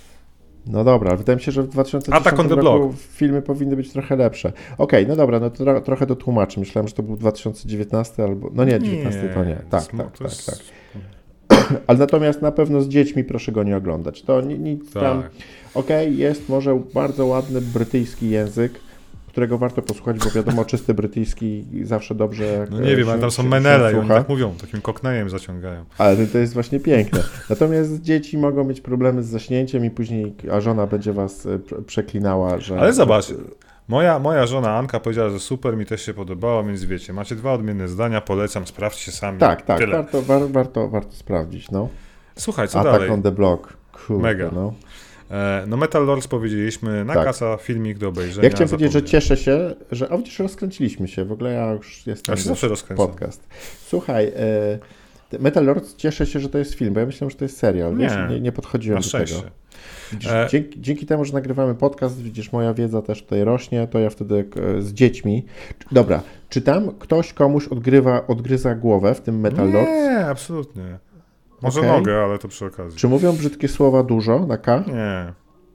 No dobra, wydaje mi się, że w dwa tysiące dziesiątym roku filmy powinny być trochę lepsze. Okej, okay, no dobra, no to tro, trochę to tłumaczę. Myślałem, że to był dwa tysiące dziewiętnasty albo... No nie, dziewiętnasty to nie. Tak, tak, tak, jest... tak, tak. Ale natomiast na pewno z dziećmi proszę go nie oglądać. To nic tak. tam... Okej, okay, jest może bardzo ładny brytyjski język, którego warto posłuchać, bo wiadomo, czysty brytyjski zawsze dobrze... No nie wiem, ale tam są menele i oni tak mówią, takim koknejem zaciągają. Ale to jest właśnie piękne. Natomiast dzieci mogą mieć problemy z zaśnięciem i później, a żona będzie was przeklinała, że... Ale zobacz, moja, moja żona Anka powiedziała, że super, mi też się podobało, więc wiecie, macie dwa odmienne zdania, polecam, sprawdźcie sami. Tak, tak, Tyle. warto, war, warto, warto sprawdzić, no. Słuchaj, co Attack dalej? on the Block. Kurde, Mega. No. No Metal Lords powiedzieliśmy, na tak. kasa filmik do obejrzenia. Ja chciałem powiedzieć, że cieszę się, że a widzisz, rozkręciliśmy się, w ogóle ja już jestem... Ja się zawsze rozkręcam. Podcast. Słuchaj, e, Metal Lords, cieszę się, że to jest film, bo ja myślałem, że to jest serial, nie, wiesz, nie, nie podchodziłem na do szczęście. tego. Widzisz, e... dzięki, dzięki temu, że nagrywamy podcast, widzisz, moja wiedza też tutaj rośnie, to ja wtedy z dziećmi... Dobra, czy tam ktoś komuś odgrywa, odgryza głowę w tym Metal Lords? Nie, absolutnie. Może okay. nogę, ale to przy okazji. Czy mówią brzydkie słowa dużo na K? Nie.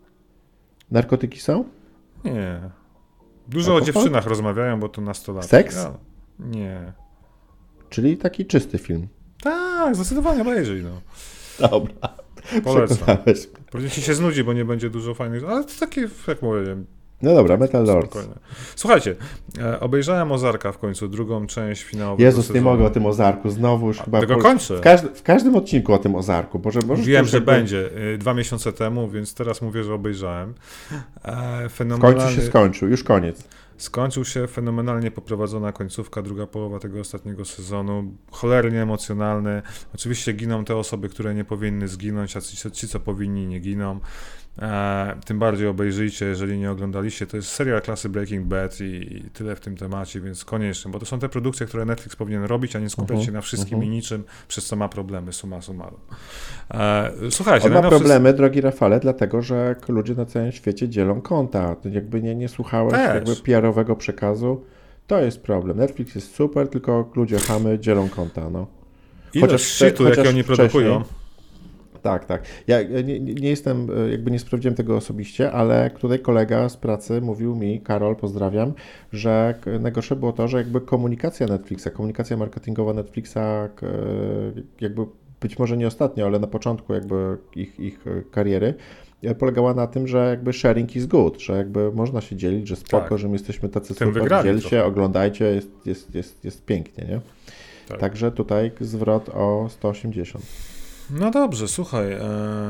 Narkotyki są? Nie. Dużo Alkohol? O dziewczynach rozmawiają, bo to nastolatki. Seks? Ja, nie. Czyli taki czysty film. Tak, zdecydowanie obejrzyj, no. Dobra. Polecam. Pewnie ci się znudzi, bo nie będzie dużo fajnych, ale to takie, jak mówię, No dobra, Metal Lords. Spokojnie. Słuchajcie, e, obejrzałem Ozarka w końcu, drugą część finałowego Jezus, sezonu. nie mogę o tym Ozarku, znowu już A, chyba... tego po- kończę. W, każdy, w każdym odcinku o tym Ozarku. Boże, możesz Wiem, też że jakby- będzie y, dwa miesiące temu, więc teraz mówię, że obejrzałem. E, W fenomenalny, końcu się skończył, już koniec. skończył się fenomenalnie poprowadzona końcówka, druga połowa tego ostatniego sezonu. Cholernie emocjonalny. Oczywiście giną te osoby, które nie powinny zginąć, a ci, ci co powinni, nie giną. E, tym bardziej obejrzyjcie, jeżeli nie oglądaliście. To jest serial klasy Breaking Bad i, i tyle w tym temacie, więc koniecznie, bo to są te produkcje, które Netflix powinien robić, a nie skupiać Mhm, się na wszystkim mhm. i niczym, przez co ma problemy, summa summarum. E, słuchajcie, On ma najnowszy- problemy, drogi Rafale, dlatego, że ludzie na całym świecie dzielą konta. To jakby nie, nie słuchałeś Też. jakby P R-owego przekazu, to jest problem. Netflix jest super, tylko ludzie chamy dzielą konta, no. Ilość chociaż- shitu, jaki chociaż oni wcześniej- produkują. Tak, tak. Ja ja nie, nie nie jestem, e, jakby nie sprawdziłem tego osobiście, ale tutaj kolega z pracy mówił mi, Karol, pozdrawiam, że k- najgorsze było to, że jakby komunikacja Netflixa, komunikacja marketingowa Netflixa, k- e, jakby być może nie ostatnio, ale na początku jakby ich, ich e, kariery, e, polegała na tym, że jakby sharing is good, że jakby można się dzielić, że spoko, Tak. że my jesteśmy tacy Tym super, wygrali dzielcie, trochę. oglądajcie, jest, jest, jest, jest pięknie, nie? Tak. Także tutaj zwrot o sto osiemdziesiąt. No dobrze, słuchaj. E,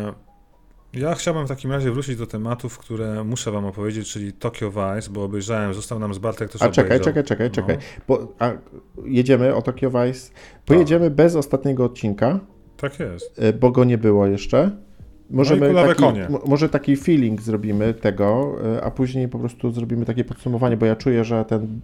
ja chciałbym w takim razie wrócić do tematów, które muszę wam opowiedzieć, czyli Tokyo Vice, bo obejrzałem, został nam z Bartek też A czekaj, obejrzał. czekaj, czekaj, No. czekaj. Bo, a, jedziemy o Tokyo Vice. Pojedziemy bez ostatniego odcinka, Tak jest. y, bo go nie było jeszcze. Możemy kulawe taki, konie. mo- może taki feeling zrobimy tego, y, a później po prostu zrobimy takie podsumowanie, bo ja czuję, że ten y,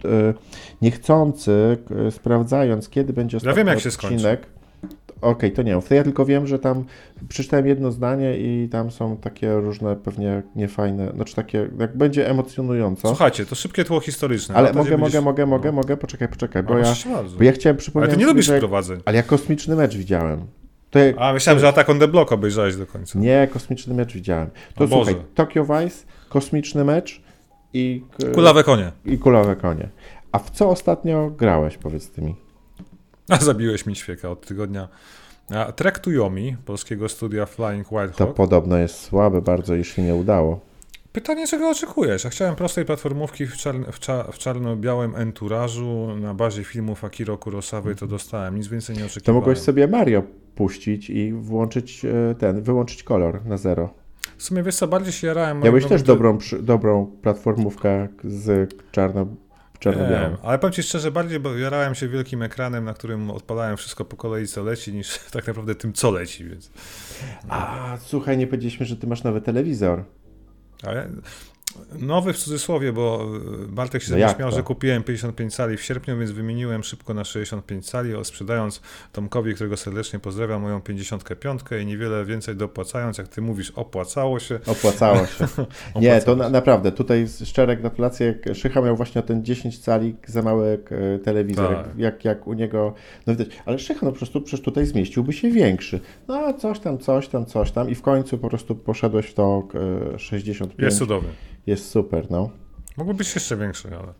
niechcący, y, sprawdzając, kiedy będzie ostatni wiem, jak się skończy. odcinek. Okej, to nie wiem. Ja tylko wiem, że tam przeczytałem jedno zdanie i tam są takie różne pewnie niefajne, znaczy takie, jak będzie emocjonująco. Słuchajcie, to szybkie tło historyczne. Ale Lata mogę, mogę, dziewięćdziesiąte mogę, mogę, No. mogę, poczekaj, poczekaj, A, bo ja, proszę bardzo. bo ja chciałem Ale przypomnieć ty nie sobie, lubisz że, wprowadzeń. ale ja kosmiczny mecz widziałem. To ja, A, myślałem, że Attack on the Block obejrzałeś do końca. nie, kosmiczny mecz widziałem. To O Boże. słuchaj, Tokyo Vice, kosmiczny mecz i, Kulawe konie. i kulawe konie. A w co ostatnio grałeś, powiedz ty mi? A zabiłeś mi świeka od tygodnia. A, Trek to Yomi, polskiego studia Flying Wild To Hawk. podobno jest słabe bardzo, jeśli nie udało. Pytanie, czego oczekujesz? Ja chciałem prostej platformówki w, czarn- w, cza- w czarno-białym enturażu na bazie filmów Akiro Kurosawy, to dostałem. Nic więcej nie To oczekiwałem. mogłeś sobie Mario puścić i włączyć e, ten, wyłączyć kolor na zero. W sumie wiesz co, bardziej się jarałem... Miałeś moim też nowym- dobrą, przy- dobrą platformówkę z czarno, czarno-białą. Wiem, ale powiem ci szczerze, bardziej bo jarałem się wielkim ekranem, na którym odpalałem wszystko po kolei, co leci, niż tak naprawdę tym, co leci, więc... A, słuchaj, nie powiedzieliśmy, że ty masz nowy telewizor. Ale nowy w cudzysłowie, bo Bartek się No ze mnie jak śmiał, to? że kupiłem pięćdziesiąt pięć cali w sierpniu, więc wymieniłem szybko na sześćdziesiąt pięć cali, o, sprzedając Tomkowi, którego serdecznie pozdrawiam, moją pięćdziesiąt pięć i niewiele więcej dopłacając, jak ty mówisz, opłacało się. Opłacało się. Nie, to Opłacało na, się. naprawdę, tutaj szczere gratulacje. Szycha miał właśnie o ten dziesięć cali za mały e, telewizor, Tak. jak, jak, jak u niego, no widać, ale Szycha no po prostu przecież tutaj zmieściłby się większy. No coś tam, coś tam, coś tam i w końcu po prostu poszedłeś w to e, sześćdziesiąt pięć. Jest cudowny. Jest super, no. Mógłby być jeszcze większy, ale...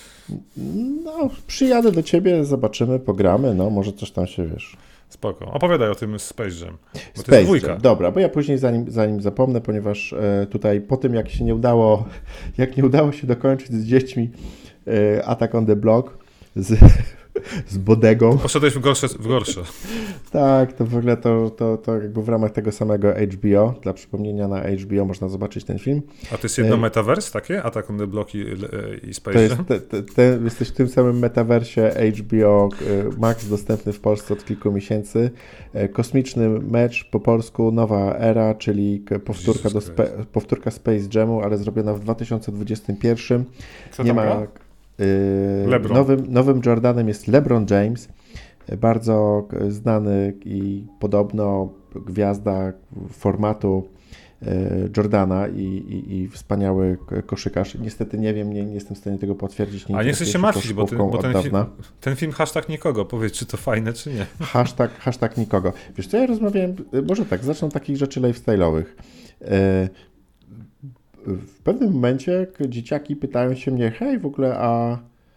No, przyjadę do ciebie, zobaczymy, pogramy, no może coś tam się, wiesz. Spoko. Opowiadaj o tym Space Jam. Bo to jest Space dwójka. Jam. Dobra, bo ja później zanim, zanim zapomnę, ponieważ e, tutaj po tym jak się nie udało, jak nie udało się dokończyć z dziećmi e, Attack on the Block z, z Bodegą, Poszedłeś w gorsze. W gorsze. tak, to w ogóle to, to, to jakby w ramach tego samego H B O, dla przypomnienia na H B O można zobaczyć ten film. A to jest jedno E, metaverse takie? Attack on the Block i, i Space To jest, Jam? te, te, te, jesteś w tym samym metaversie H B O e, Max, dostępny w Polsce od kilku miesięcy. E, Kosmiczny mecz, po polsku Nowa Era, czyli k- powtórka, Jesus do spe, powtórka Space Jamu, ale zrobiona w dwa tysiące dwudziestym pierwszym. Kto Nie tam ma. gra? e, LeBron. Nowym, nowym Jordanem jest LeBron James, e, bardzo k- znany i podobno gwiazda formatu e, Jordana i, i, i wspaniały k- koszykarz. Niestety nie wiem, nie, nie jestem w stanie tego potwierdzić. Nie A nie chcę interesuję się martwić, bo ten, koszykówką bo ten, od film, dawna. ten film hashtag nikogo. Powiedz, czy to fajne, czy nie. Hashtag, hashtag nikogo. Wiesz co, ja rozmawiałem, y, może tak, zacznę od takich rzeczy lifestyle'owych. E, W pewnym momencie k- dzieciaki pytają się mnie, hej, w ogóle, a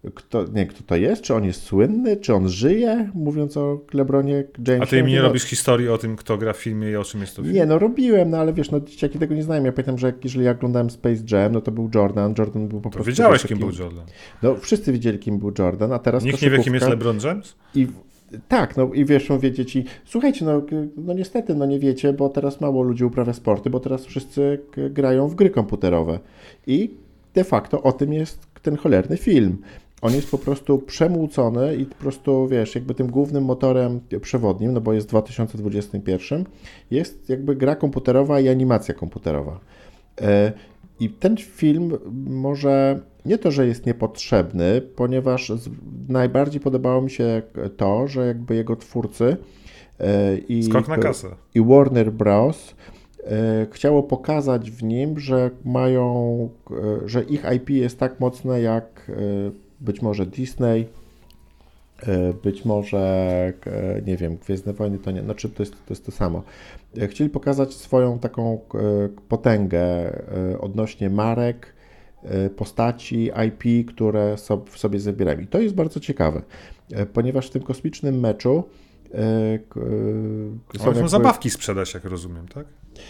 kto, nie, kto to jest, czy on jest słynny, czy on żyje, mówiąc o LeBronie Jamesie. A ty mi nie no, robisz historii o tym, kto gra w filmie i o czym jest to film? Nie, no robiłem, no ale wiesz, no dzieciaki tego nie znają. Ja pamiętam, że jak, jeżeli ja oglądałem Space Jam, no to był Jordan, Jordan był po To prostu... wiedziałeś, wiesz, kim takim, był Jordan. No wszyscy wiedzieli, kim był Jordan, a teraz Nikt nie wie, kim jest koszykówka. LeBron James? I tak, no i wiesz, mówię dzieci, słuchajcie, no, no niestety, no nie wiecie, bo teraz mało ludzi uprawia sporty, bo teraz wszyscy k- grają w gry komputerowe. I de facto o tym jest ten cholerny film. On jest po prostu przemłócony i po prostu, wiesz, jakby tym głównym motorem przewodnim, no bo jest w dwa tysiące dwudziestym pierwszym, jest jakby gra komputerowa i animacja komputerowa. E, I ten film może nie to, że jest niepotrzebny, ponieważ z, najbardziej podobało mi się to, że jakby jego twórcy e, i, Skok na kasę. i Warner Bros. E, chciało pokazać w nim, że mają, e, że ich I P jest tak mocne jak e, być może Disney, e, być może, e, nie wiem, Gwiezdne Wojny to nie, znaczy to jest to, jest to samo. E, Chcieli pokazać swoją taką e, potęgę e, odnośnie marek, e, postaci, I P, które so, w sobie zabierają. I to jest bardzo ciekawe, e, ponieważ w tym kosmicznym meczu e, k- e, są One są jakby- zabawki sprzedać, jak rozumiem, tak?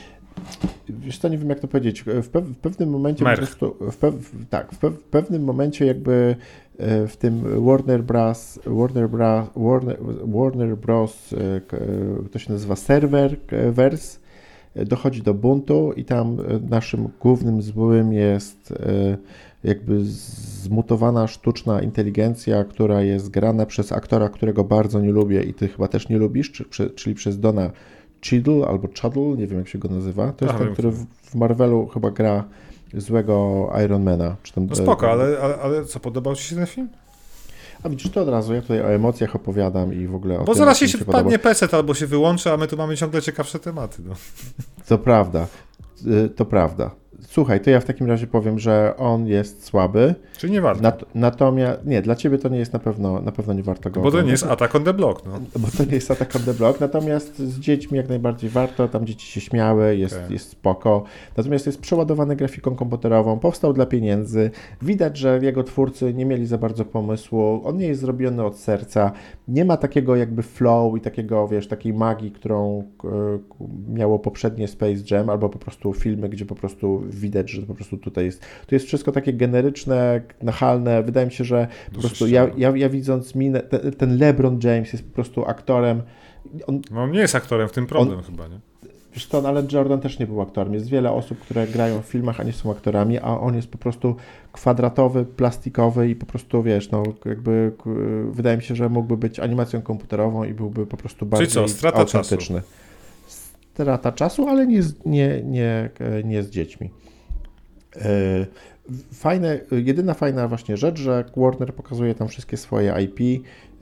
Wiesz co, nie wiem jak to powiedzieć. W, pew, w pewnym momencie Merch. po prostu, w pew, w- tak, w, pew, w pewnym momencie jakby e, w tym Warner Bros. Warner Bros. Warner, Warner Bros. e, k- e, to się nazywa Serververse, e, dochodzi do buntu i tam e, naszym głównym złym jest e, jakby zmutowana sztuczna inteligencja, która jest grana przez aktora, którego bardzo nie lubię i ty chyba też nie lubisz, czy, czy, czyli przez Dona Cheadle albo Chadle, nie wiem jak się go nazywa. To jest A, ten, wiem, który w, w Marvelu chyba gra złego Ironmana. Czy tam, No spoko, ale, ale, ale co, podobał ci się ten film? A widzisz, to od razu ja tutaj o emocjach opowiadam i w ogóle o Bo tym, zaraz co się mi się podoba. wpadnie P C albo się wyłączy, a my tu mamy ciągle ciekawsze tematy. No. To prawda, Y, to prawda. Słuchaj, to ja w takim razie powiem, że on jest słaby. Czyli nie warto. Nat- natomiast, nie, dla ciebie to nie jest na pewno, na pewno nie warto go Bo to oglądać. nie jest Attack on the Block. No. Bo to nie jest Attack on the Block, natomiast z dziećmi jak najbardziej warto, tam dzieci się śmiały, jest, Okay. jest spoko. Natomiast jest przeładowany grafiką komputerową, powstał dla pieniędzy, widać, że jego twórcy nie mieli za bardzo pomysłu, on nie jest zrobiony od serca, nie ma takiego jakby flow i takiego, wiesz, takiej magii, którą e, miało poprzednie Space Jam, albo po prostu filmy, gdzie po prostu widać, że po prostu tutaj jest, tu jest wszystko takie generyczne, nachalne, wydaje mi się, że po Dużo prostu ja, szczerze. ja, ja widząc minę, ten, ten LeBron James jest po prostu aktorem. On, No, on nie jest aktorem, w tym problem chyba, nie? wiesz co, no, ale Jordan też nie był aktorem. Jest wiele osób, które grają w filmach, a nie są aktorami, a on jest po prostu kwadratowy, plastikowy i po prostu, wiesz, no jakby k- wydaje mi się, że mógłby być animacją komputerową i byłby po prostu bardziej co, strata autentyczny. Strata czasu, ale nie z, nie, nie, nie z dziećmi. Yy, Fajne, jedyna fajna właśnie rzecz, że Warner pokazuje tam wszystkie swoje I P yy,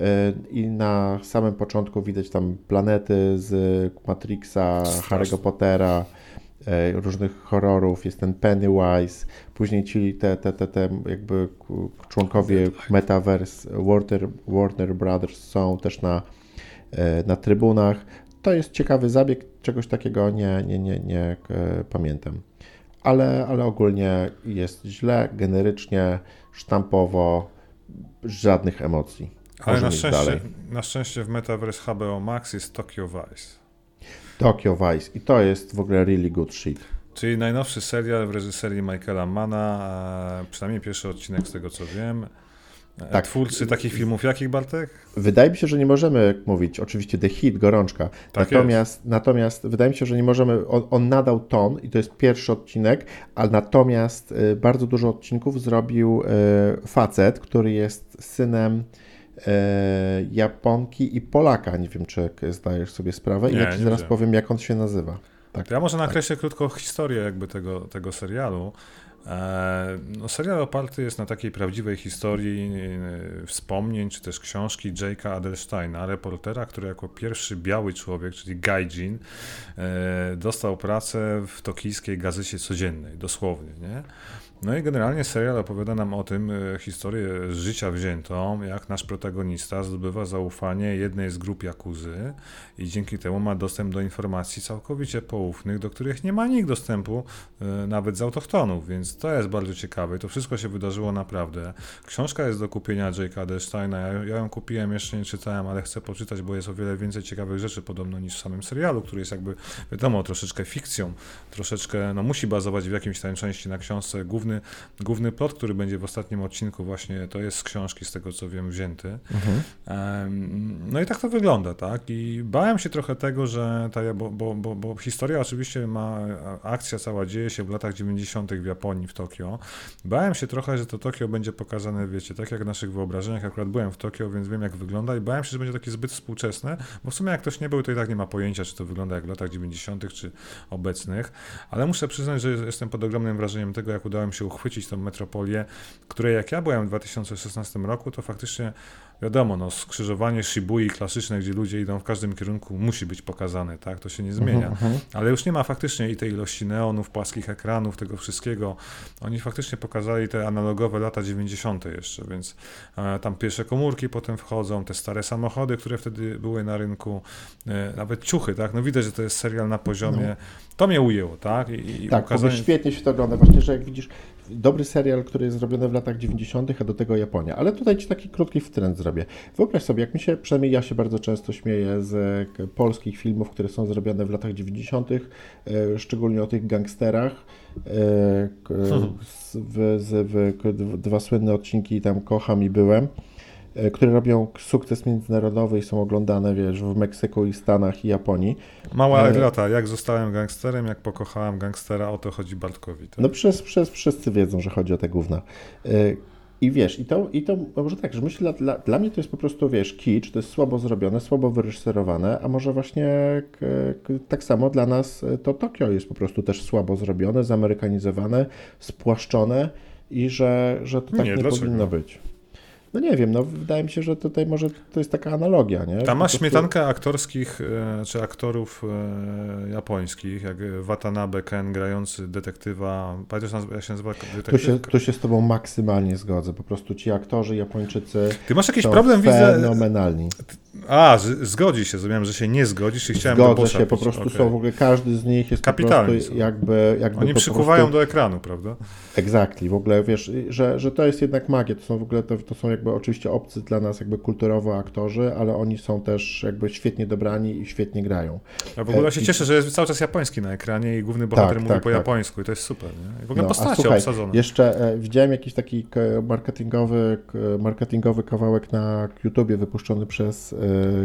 i na samym początku widać tam planety z Matrixa, Harry'ego Pottera, yy, różnych horrorów, jest ten Pennywise, później ci te, te, te, te jakby k- członkowie Metaverse, Warner, Warner Brothers są też na, yy, na trybunach. To jest ciekawy zabieg, czegoś takiego nie, nie, nie, nie yy, pamiętam. Ale, ale ogólnie jest źle, generycznie, sztampowo, żadnych emocji. Ale Możemy na iść szczęście, dalej. na szczęście w Metaverse H B O Max jest Tokyo Vice. Tokyo Vice i to jest w ogóle really good shit. Czyli najnowszy serial w reżyserii Michaela Manna, e, przynajmniej pierwszy odcinek z tego co wiem. E, Tak. Twórcy takich filmów jakich, Bartek? Wydaje mi się, że nie możemy mówić, oczywiście The Hit, gorączka, Tak natomiast, natomiast wydaje mi się, że nie możemy, on, on nadał ton i to jest pierwszy odcinek, ale natomiast y, bardzo dużo odcinków zrobił y, facet, który jest synem y, Japonki i Polaka. Nie wiem, czy zdajesz sobie sprawę i Nie, ja ci nie zaraz wiem. powiem, jak on się nazywa. Tak. To ja może nakreślę krótko historię jakby tego, tego serialu. E, no, serial oparty jest na takiej prawdziwej historii e, wspomnień, czy też książki Jake'a Adelsteina, reportera, który jako pierwszy biały człowiek, czyli gaijin, e, dostał pracę w tokijskiej gazecie codziennej, dosłownie, nie? No i generalnie serial opowiada nam o tym, e, historię z życia wziętą, jak nasz protagonista zdobywa zaufanie jednej z grup Jakuzy i dzięki temu ma dostęp do informacji całkowicie poufnych, do których nie ma nikt dostępu, e, nawet z autochtonów, więc więc to jest bardzo ciekawe i to wszystko się wydarzyło naprawdę. Książka jest do kupienia Jake'a Delsteina, ja, ja ją kupiłem, jeszcze nie czytałem, ale chcę poczytać, bo jest o wiele więcej ciekawych rzeczy podobno niż w samym serialu, który jest jakby, wiadomo, troszeczkę fikcją, troszeczkę, no musi bazować w jakimś tam części na książce. Główny, główny plot, który będzie w ostatnim odcinku właśnie, to jest z książki, z tego co wiem, wzięty. Mhm. Um, no i tak to wygląda, tak? I bałem się trochę tego, że ta, bo, bo, bo, bo historia oczywiście ma, akcja cała dzieje się w latach dziewięćdziesiątych w Japonii, w Tokio. Bałem się trochę, że to Tokio będzie pokazane, wiecie, tak jak w naszych wyobrażeniach. Akurat byłem w Tokio, więc wiem jak wygląda i bałem się, że będzie takie zbyt współczesne, bo w sumie jak ktoś nie był, to i tak nie ma pojęcia, czy to wygląda jak w latach dziewięćdziesiątych czy obecnych, ale muszę przyznać, że jestem pod ogromnym wrażeniem tego, jak udało mi się uchwycić tą metropolię, której jak ja byłem w dwa tysiące szesnastym roku, to faktycznie wiadomo, no, skrzyżowanie Shibui klasyczne, gdzie ludzie idą w każdym kierunku, musi być pokazane, tak? To się nie zmienia. Uh-huh. Ale już nie ma faktycznie i tej ilości neonów, płaskich ekranów, tego wszystkiego. Oni faktycznie pokazali te analogowe lata dziewięćdziesiąte jeszcze, więc e, tam pierwsze komórki potem wchodzą, te stare samochody, które wtedy były na rynku, e, nawet ciuchy, tak? No widać, że to jest serial na poziomie, no. To mnie ujęło, tak? I, i tak, ukazanie... świetnie się to ogląda. Właśnie, że jak widzisz, dobry serial, który jest zrobiony w latach dziewięćdziesiątych, a do tego Japonia. Ale tutaj ci taki krótki wtręt zrobię. Wyobraź sobie, jak mi się, przynajmniej ja się bardzo często śmieję z polskich filmów, które są zrobione w latach dziewięćdziesiątych, szczególnie o tych gangsterach. Z, w, z, w, dwa słynne odcinki tam Kocham i Byłem, które robią sukces międzynarodowy i są oglądane, wiesz, w Meksyku i Stanach i Japonii. Mała Agrata, jak zostałem gangsterem, jak pokochałem gangstera, o to chodzi Bartkowi. Tak? No przez, przez wszyscy wiedzą, że chodzi o te gówna. I wiesz, i to, i to może tak, że myślę, dla, dla mnie to jest po prostu, wiesz, kicz, to jest słabo zrobione, słabo wyreżyserowane, a może właśnie k, k, tak samo dla nas to Tokio jest po prostu też słabo zrobione, zamerykanizowane, spłaszczone i że, że to tak nie, nie powinno być. No nie wiem, no wydaje mi się, że tutaj może to jest taka analogia, nie? Tam masz śmietankę aktorskich, czy aktorów japońskich, jak Watanabe Ken grający detektywa, pamiętasz, jak się nazywa detektyw? Tu się, tu się z tobą maksymalnie zgodzę, po prostu ci aktorzy Japończycy Ty masz jakiś są problem, fenomenalni. Widzę... A, z, zgodzi się, zrozumiałem, że się nie zgodzisz i chciałem Zgodzę do się, po prostu okay. Są w ogóle, każdy z nich jest kapitalni po prostu jakby... jakby Oni przykuwają prostu... do ekranu, prawda? Exactly, w ogóle wiesz, że, że to jest jednak magia, to są w ogóle, to, to są jakby oczywiście obcy dla nas jakby kulturowo aktorzy, ale oni są też jakby świetnie dobrani i świetnie grają. Ja w ogóle e, się i... cieszę, że jest cały czas japoński na ekranie i główny bohater tak, mówi tak, po tak. japońsku i to jest super, nie? I w ogóle no, postacie słuchaj, obsadzone. Jeszcze e, widziałem jakiś taki marketingowy, marketingowy kawałek na YouTubie wypuszczony przez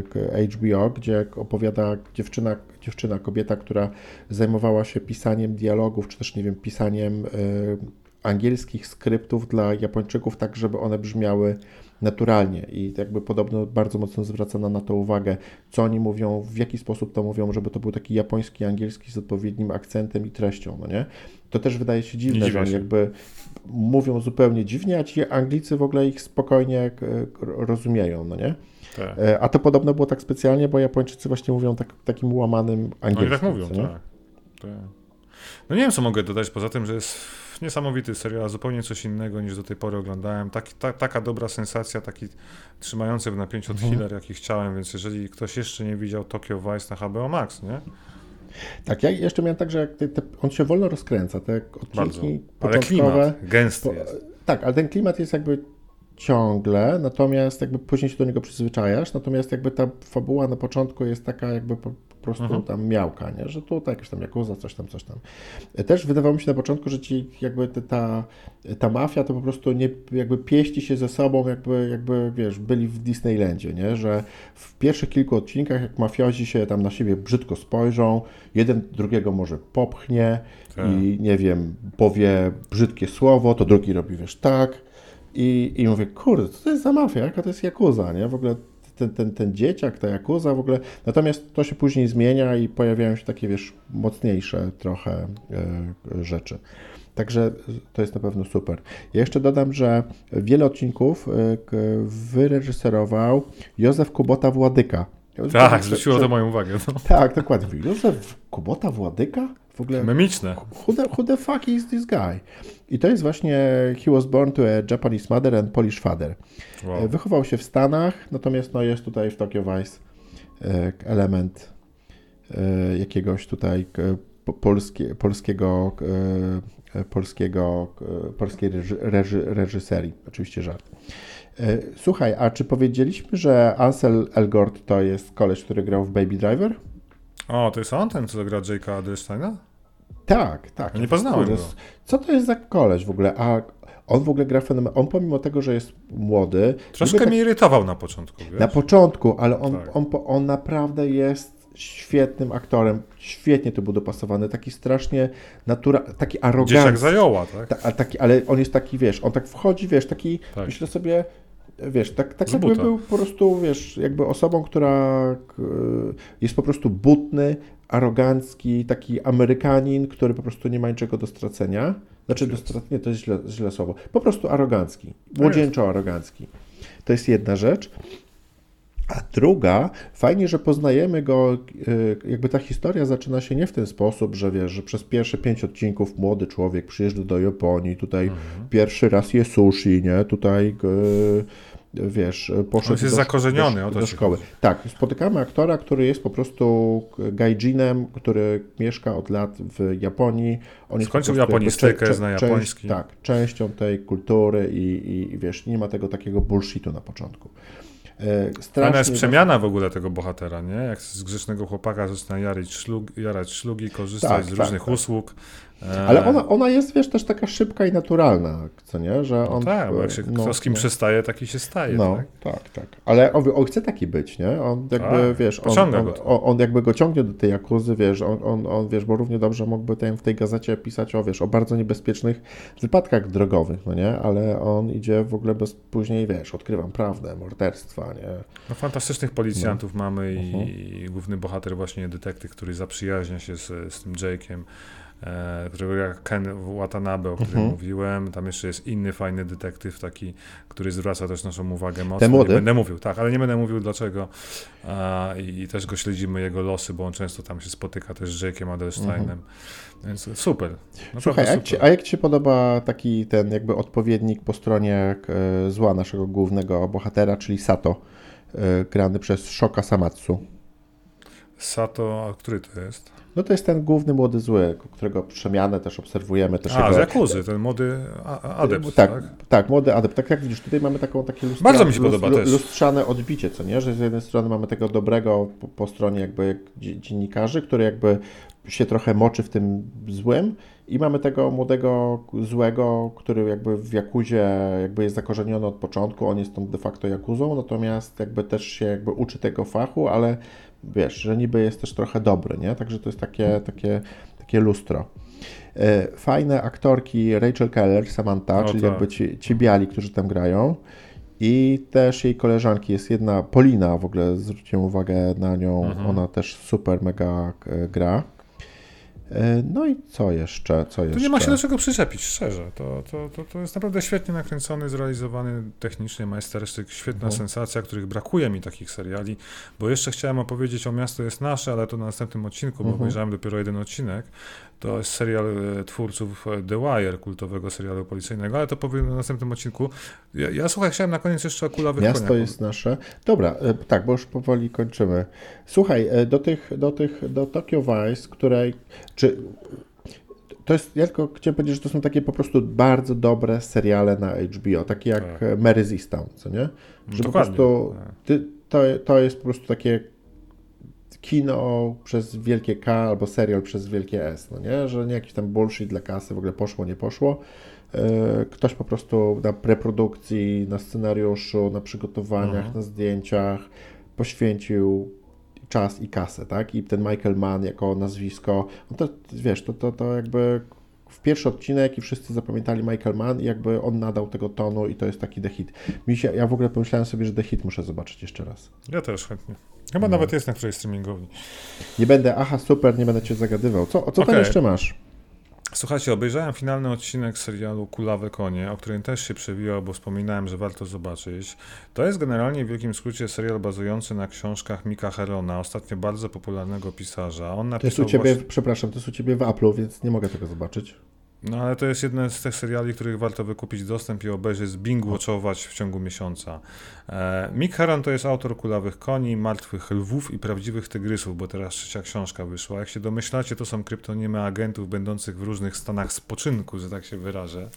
e, H B O, gdzie opowiada dziewczyna, dziewczyna, kobieta, która zajmowała się pisaniem dialogów, czy też nie wiem, pisaniem e, angielskich skryptów dla Japończyków, tak żeby one brzmiały naturalnie i jakby podobno bardzo mocno zwracano na to uwagę, co oni mówią, w jaki sposób to mówią, żeby to był taki japoński, angielski z odpowiednim akcentem i treścią, no nie? To też wydaje się dziwne, nie że oni jakby mówią zupełnie dziwnie, a ci Anglicy w ogóle ich spokojnie rozumieją, no nie? Tak. A to podobno było tak specjalnie, bo Japończycy właśnie mówią tak, takim łamanym angielskim. Oni tak mówią, co, tak. tak. No nie wiem, co mogę dodać, poza tym, że jest niesamowity serial, zupełnie coś innego niż do tej pory oglądałem. Taki, ta, taka dobra sensacja, taki trzymający w napięciu mhm. thriller, jaki chciałem, więc jeżeli ktoś jeszcze nie widział Tokyo Vice na H B O Max, nie? Tak, ja jeszcze miałem tak, że te, te, on się wolno rozkręca, te odcinki Bardzo. początkowe. Ale klimat gęsty po, jest. Tak, ale ten klimat jest jakby ciągle, natomiast jakby później się do niego przyzwyczajasz, natomiast jakby ta fabuła na początku jest taka jakby po, po prostu mhm. tam miałka, nie? Że tutaj jakaś tam Yakuza, coś tam, coś tam. Też wydawało mi się na początku, że ci jakby ta, ta mafia to po prostu nie jakby pieści się ze sobą, jakby, jakby wiesz, byli w Disneylandzie, nie? Że w pierwszych kilku odcinkach, jak mafiozi się tam na siebie brzydko spojrzą, jeden drugiego może popchnie tak. i nie wiem, powie brzydkie słowo, to drugi robi, wiesz, tak. I, I mówię, kurde, co to jest za mafia, jaka to jest Yakuza, nie? W ogóle ten, ten, ten dzieciak, ta Yakuza w ogóle, natomiast to się później zmienia i pojawiają się takie, wiesz, mocniejsze trochę e, rzeczy. Także to jest na pewno super. Ja jeszcze dodam, że wiele odcinków e, wyreżyserował Józef Kubota Władyka. Tak, zwróciło to moją uwagę. No. Tak, dokładnie. Józef Kubota Władyka? W ogóle, memiczne. Who the, who the fuck is this guy? I to jest właśnie He was born to a Japanese mother and Polish father. Wow. Wychował się w Stanach, natomiast no, jest tutaj w Tokyo Vice element jakiegoś tutaj po, polskie, polskiego, e, polskiego, e, polskiej reży, reży, reżyserii. Oczywiście żart. E, słuchaj, a czy powiedzieliśmy, że Ansel Elgort to jest koleś, który grał w Baby Driver? O, to jest on, ten, co gra Jake'a Adelsteina? Tak, tak. Ja nie poznałem go. Co to jest za koleś w ogóle? A on w ogóle gra fenomenalnie. On pomimo tego, że jest młody... Troszkę tak, mnie irytował na początku, wiesz? Na początku, ale on, tak. on, on, on naprawdę jest świetnym aktorem. Świetnie to był dopasowany. Taki strasznie natura... Taki arogancki. Dzieciak zająła, tak? Ta, taki, ale on jest taki, wiesz, on tak wchodzi, wiesz, taki, tak. myślę sobie... Wiesz, tak, tak jakby był po prostu, wiesz, jakby osobą, która jest po prostu butny, arogancki, taki Amerykanin, który po prostu nie ma niczego do stracenia. Znaczy do stracenia to jest źle, źle słowo. Po prostu arogancki, młodzieńczo arogancki. To jest jedna rzecz. A druga, fajnie, że poznajemy go, jakby ta historia zaczyna się nie w ten sposób, że wiesz, że przez pierwsze pięć odcinków młody człowiek przyjeżdża do Japonii, tutaj mhm. pierwszy raz je sushi, nie, tutaj wiesz, poszedł On jest do, zakorzeniony do, o to do szkoły. Tak, spotykamy aktora, który jest po prostu gaijinem, który mieszka od lat w Japonii. On Skończył japonistykę, zna japoński. Tak, częścią tej kultury i, i wiesz, nie ma tego takiego bullshitu na początku. Fajna jest przemiana w ogóle tego bohatera, nie? Jak z grzecznego chłopaka zaczyna jarać, szlug, jarać szlugi, korzystać tak, z tak, różnych tak. usług. Ale ona, ona jest, wiesz, też taka szybka i naturalna, co nie? Że on, no tak, bo jak się no, kto z kim no. przestaje, taki się staje. No, tak, tak. tak. Ale on, on chce taki być, nie? On jakby, tak, wiesz, on, on, on, on jakby go ciągnie do tej jakuzy, wiesz, on, on, on, wiesz, bo równie dobrze mógłby ten, w tej gazecie pisać o, wiesz, o bardzo niebezpiecznych wypadkach drogowych, no nie? Ale on idzie w ogóle bez, później, wiesz, odkrywam prawdę, morderstwa, nie? No fantastycznych policjantów no. mamy i, uh-huh. i główny bohater właśnie detektyw, który zaprzyjaźnia się z, z tym Jake'iem, e, którego jak Ken Watanabe, o którym uh-huh. mówiłem. Tam jeszcze jest inny fajny detektyw, taki, który zwraca też naszą uwagę mocno. Ten młody? Nie będę mówił, tak, ale nie będę mówił dlaczego. A, i, I też go śledzimy, jego losy, bo on często tam się spotyka też z Jake'iem Adelsteinem. Uh-huh. Więc super. Słuchaj, super. Jak ci, a jak Ci się podoba taki ten jakby odpowiednik po stronie e, zła naszego głównego bohatera, czyli Sato, e, grany przez Shoka Samatsu? Sato, a który to jest? No to jest ten główny młody zły, którego przemianę też obserwujemy. Też a, jego... z Jakuzy, ten młody adept, tak, tak? Tak, młody adept. Tak jak widzisz, tutaj mamy taką takie lustra... Bardzo mi się podoba lust... też. lustrzane odbicie, co nie? Że z jednej strony mamy tego dobrego po, po stronie jakby dziennikarzy, który jakby się trochę moczy w tym złym i mamy tego młodego złego, który jakby w Jakuzie jakby jest zakorzeniony od początku, on jest tą de facto Jakuzą, natomiast jakby też się jakby uczy tego fachu, ale wiesz, że niby jest też trochę dobry, nie? Także to jest takie, takie, takie lustro. Fajne aktorki Rachel Keller, Samantha, o, czyli tak. jakby ci, ci biali, którzy tam grają. I też jej koleżanki jest jedna, Polina w ogóle, zwróćcie uwagę na nią, mhm. ona też super mega gra. No i co jeszcze? Co jeszcze? Tu nie ma się do czego przyczepić, szczerze. To, to, to, to jest naprawdę świetnie nakręcony, zrealizowany technicznie majstersztyk, świetna mhm. sensacja, których brakuje mi takich seriali, bo jeszcze chciałem opowiedzieć o Miasto jest nasze, ale to na następnym odcinku, bo mhm. obejrzałem dopiero jeden odcinek. To jest serial twórców The Wire, kultowego serialu policyjnego, ale to powiem na następnym odcinku. Ja, ja słuchaj, chciałem na koniec jeszcze o Kulawych Miasto koniach. jest nasze. Dobra, tak, bo już powoli kończymy. Słuchaj, do tych, do tych, do Tokyo Vice, której, czy to jest, ja tylko chciałem powiedzieć, że to są takie po prostu bardzo dobre seriale na H B O, takie jak tak. Mary's Easttown, co nie? Że Dokładnie. po prostu ty, to, to jest po prostu takie kino przez wielkie K albo serial przez wielkie S, no nie? Że nie jakiś tam bullshit dla kasy, w ogóle poszło, nie poszło. Ktoś po prostu na preprodukcji, na scenariuszu, na przygotowaniach, mhm. na zdjęciach poświęcił czas i kasę, tak? I ten Michael Mann jako nazwisko, no to wiesz, to, to, to jakby w pierwszy odcinek i wszyscy zapamiętali Michael Mann i jakby on nadał tego tonu i to jest taki The Hit. Mi się, ja w ogóle pomyślałem sobie, że The Hit muszę zobaczyć jeszcze raz. Ja też chętnie. Chyba no. nawet jest na którejś streamingowej. Nie będę, aha, super, nie będę cię zagadywał. Co, co okay. tam jeszcze masz? Słuchajcie, obejrzałem finalny odcinek serialu Kulawe konie, o którym też się przewijał, bo wspominałem, że warto zobaczyć. To jest generalnie w wielkim skrócie serial bazujący na książkach Mika Herona, ostatnio bardzo popularnego pisarza. On napisał to jest u ciebie, właśnie... przepraszam, to jest u ciebie w Apple'u, więc nie mogę tego zobaczyć. No ale to jest jeden z tych seriali, których warto wykupić dostęp i obejrzeć, binge-watchować w ciągu miesiąca. E, Mick Herron to jest autor Kulawych koni, Martwych lwów i Prawdziwych tygrysów, bo teraz trzecia książka wyszła. Jak się domyślacie, to są kryptonimy agentów będących w różnych stanach spoczynku, że tak się wyrażę.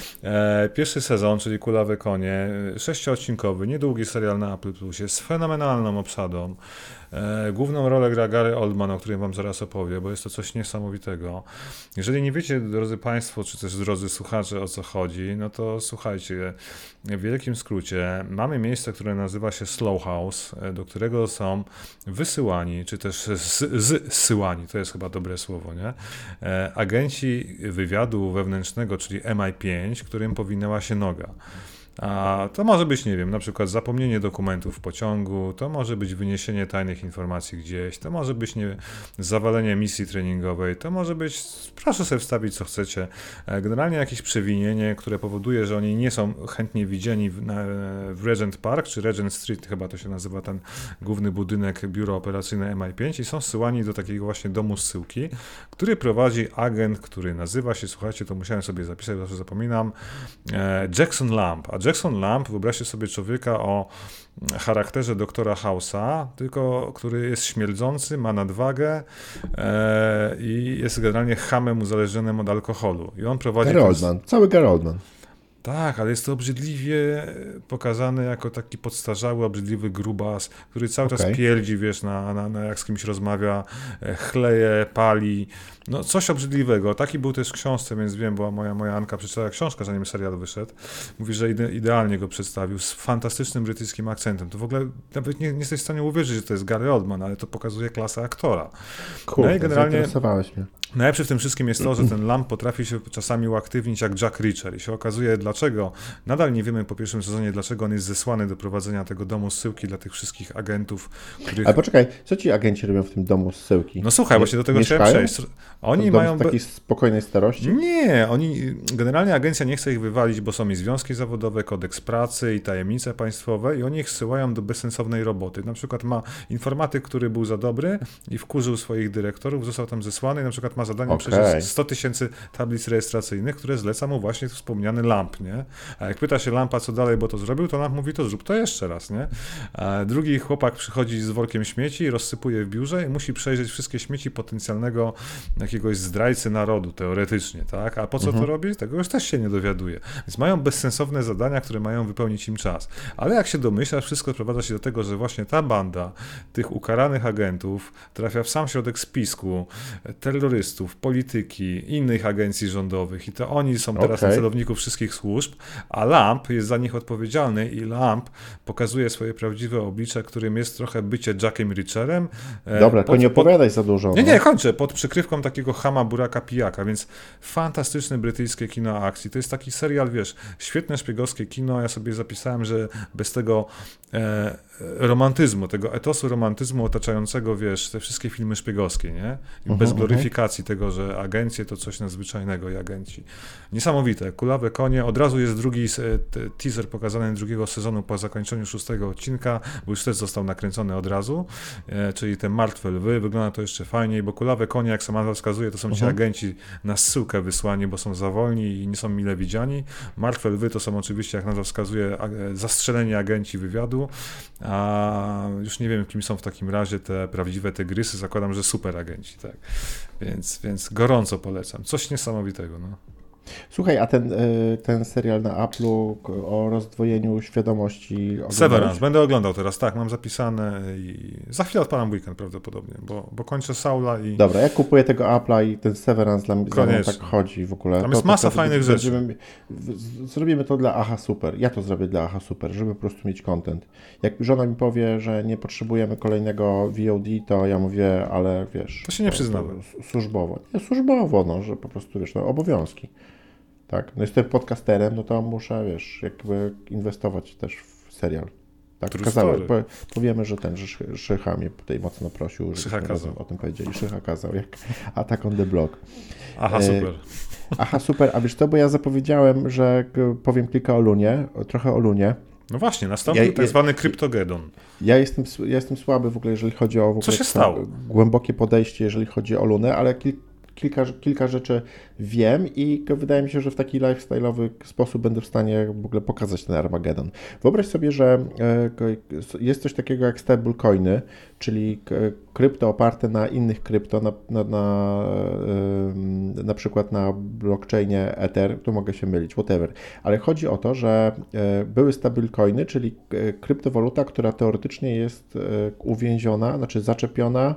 E, pierwszy sezon, czyli Kulawe konie, sześcioodcinkowy, niedługi serial na Apple Plusie, z fenomenalną obsadą. E, główną rolę gra Gary Oldman, o którym wam zaraz opowiem, bo jest to coś niesamowitego. Jeżeli nie wiecie, drodzy Państwo, czy też drodzy słuchacze, o co chodzi, no to słuchajcie, w wielkim skrócie mamy miejsce, które nazywa się Slow House, do którego są wysyłani, czy też z, z, zsyłani, to jest chyba dobre słowo, nie? E, agenci wywiadu wewnętrznego, czyli M I pięć, którym powinęła się noga. A to może być, nie wiem, na przykład zapomnienie dokumentów w pociągu, to może być wyniesienie tajnych informacji gdzieś, to może być nie, zawalenie misji treningowej, to może być, proszę sobie wstawić co chcecie, generalnie jakieś przewinienie, które powoduje, że oni nie są chętnie widziani w, na, w Regent Park, czy Regent Street, chyba to się nazywa ten główny budynek, biuro operacyjne M I pięć i są zsyłani do takiego właśnie domu zsyłki, który prowadzi agent, który nazywa się, słuchajcie, to musiałem sobie zapisać, zawsze zapominam, e, Jackson Lamb, a Jackson Lamb, wyobraźcie sobie człowieka o charakterze doktora House'a, tylko który jest śmierdzący, ma nadwagę e, i jest generalnie chamem uzależnionym od alkoholu. I on prowadzi... Gary Oldman, cały Gary Oldman. Tak, ale jest to obrzydliwie pokazane jako taki podstarzały, obrzydliwy grubas, który cały okay. czas pierdzi, wiesz, na, na, na jak z kimś rozmawia, chleje, pali. No coś obrzydliwego. Taki był też w książce, więc wiem, bo moja, moja Anka przeczytała książkę, zanim serial wyszedł. Mówi, że ide, idealnie go przedstawił, z fantastycznym brytyjskim akcentem. To w ogóle nawet nie, nie jesteś w stanie uwierzyć, że to jest Gary Oldman, ale to pokazuje klasę aktora. Kurde, no i generalnie zainteresowałeś mnie. Najlepsze w tym wszystkim jest to, że ten Lamb potrafi się czasami uaktywnić jak Jack Reacher i się okazuje dlaczego. Nadal nie wiemy po pierwszym sezonie, dlaczego on jest zesłany do prowadzenia tego domu zsyłki dla tych wszystkich agentów, których... Ale poczekaj, co ci agenci robią w tym domu zsyłki? No słuchaj, właśnie do tego Mieszkają? chciałem przejść. Oni mają... w takiej spokojnej starości? Nie, oni... Generalnie agencja nie chce ich wywalić, bo są i związki zawodowe, kodeks pracy i tajemnice państwowe i oni ich zsyłają do bezsensownej roboty. Na przykład ma informatyk, który był za dobry i wkurzył swoich dyrektorów, został tam zesłany i na przykład ma zadanie okay. przejrzeć sto tysięcy tablic rejestracyjnych, które zleca mu właśnie wspomniany Lamb, nie? A jak pyta się Lampa, co dalej, bo to zrobił, to Lamp mówi, to zrób to jeszcze raz, nie? A drugi chłopak przychodzi z workiem śmieci, rozsypuje w biurze i musi przejrzeć wszystkie śmieci potencjalnego jakiegoś zdrajcy narodu, teoretycznie, tak? A po co mhm. to robi? Tego już też się nie dowiaduje. Więc mają bezsensowne zadania, które mają wypełnić im czas. Ale jak się domyślasz, wszystko sprowadza się do tego, że właśnie ta banda tych ukaranych agentów trafia w sam środek spisku terrorystów, polityki, innych agencji rządowych i to oni są teraz okay. na celowniku wszystkich służb, a Lamb jest za nich odpowiedzialny i Lamb pokazuje swoje prawdziwe oblicze, którym jest trochę bycie Jackiem Reacherem. Dobra, pod, to nie opowiadaj pod... za dużo. Nie, nie, kończę. Pod przykrywką takiego chama, buraka, pijaka, więc fantastyczne brytyjskie kino akcji. To jest taki serial, wiesz, świetne szpiegowskie kino. Ja sobie zapisałem, że bez tego e, romantyzmu, tego etosu romantyzmu otaczającego, wiesz, te wszystkie filmy szpiegowskie, nie? I bez uh-huh, gloryfikacji uh-huh. tego, że agencje to coś nadzwyczajnego i agenci. Niesamowite. Kulawe konie. Od razu jest drugi teaser pokazany drugiego sezonu po zakończeniu szóstego odcinka, bo już też został nakręcony od razu, e, czyli te martwe lwy. Wygląda to jeszcze fajniej, bo kulawe konie, jak sama nazwa wskazuje, to są ci uh-huh. agenci na zsyłkę wysłani, bo są za wolni i nie są mile widziani. Martwe lwy to są oczywiście, jak nazwa wskazuje, zastrzeleni agenci wywiadu, a już nie wiem, kim są w takim razie te prawdziwe tygrysy. Zakładam, że super agenci, tak. Więc, więc gorąco polecam. Coś niesamowitego, no. Słuchaj, a ten, ten serial na Apple'u o rozdwojeniu świadomości... Severance, będę oglądał teraz, tak, mam zapisane i za chwilę odpalam weekend prawdopodobnie, bo, bo kończę Saula i... Dobra, ja kupuję tego Apple'a i ten Severance dla mnie tak chodzi w ogóle. Tam jest to, masa to, to, fajnych to, rzeczy. Zrobimy, zrobimy to dla Aha Super, ja to zrobię dla Aha Super, żeby po prostu mieć content. Jak żona mi powie, że nie potrzebujemy kolejnego V O D, to ja mówię, ale wiesz... To się nie przyznałem. Służbowo. Nie, służbowo, no, że po prostu, wiesz, no, obowiązki. Tak, no jestem podcasterem, no to muszę, wiesz, jakby inwestować też w serial. Tak, kazałem, po, powiemy, że ten, że Szycha mnie tutaj mocno prosił, żebyśmy razem o tym powiedzieli. Szycha kazał, jak Attack on the Block. Aha, super. Aha, super, a wiesz co, bo ja zapowiedziałem, że powiem kilka o Lunie, trochę o Lunie. No właśnie, nastąpił ja, tak zwany kryptogedon. Ja jestem, ja jestem słaby w ogóle, jeżeli chodzi o w ogóle Co się stało? głębokie podejście, jeżeli chodzi o Lunę, ale kil, kilka, kilka rzeczy wiem i wydaje mi się, że w taki lifestyle'owy sposób będę w stanie w ogóle pokazać ten Armageddon. Wyobraź sobie, że jest coś takiego jak stablecoiny, czyli krypto oparte na innych krypto, na, na, na, na przykład na blockchainie Ether, tu mogę się mylić, whatever, ale chodzi o to, że były stablecoiny, czyli kryptowaluta, która teoretycznie jest uwięziona, znaczy zaczepiona,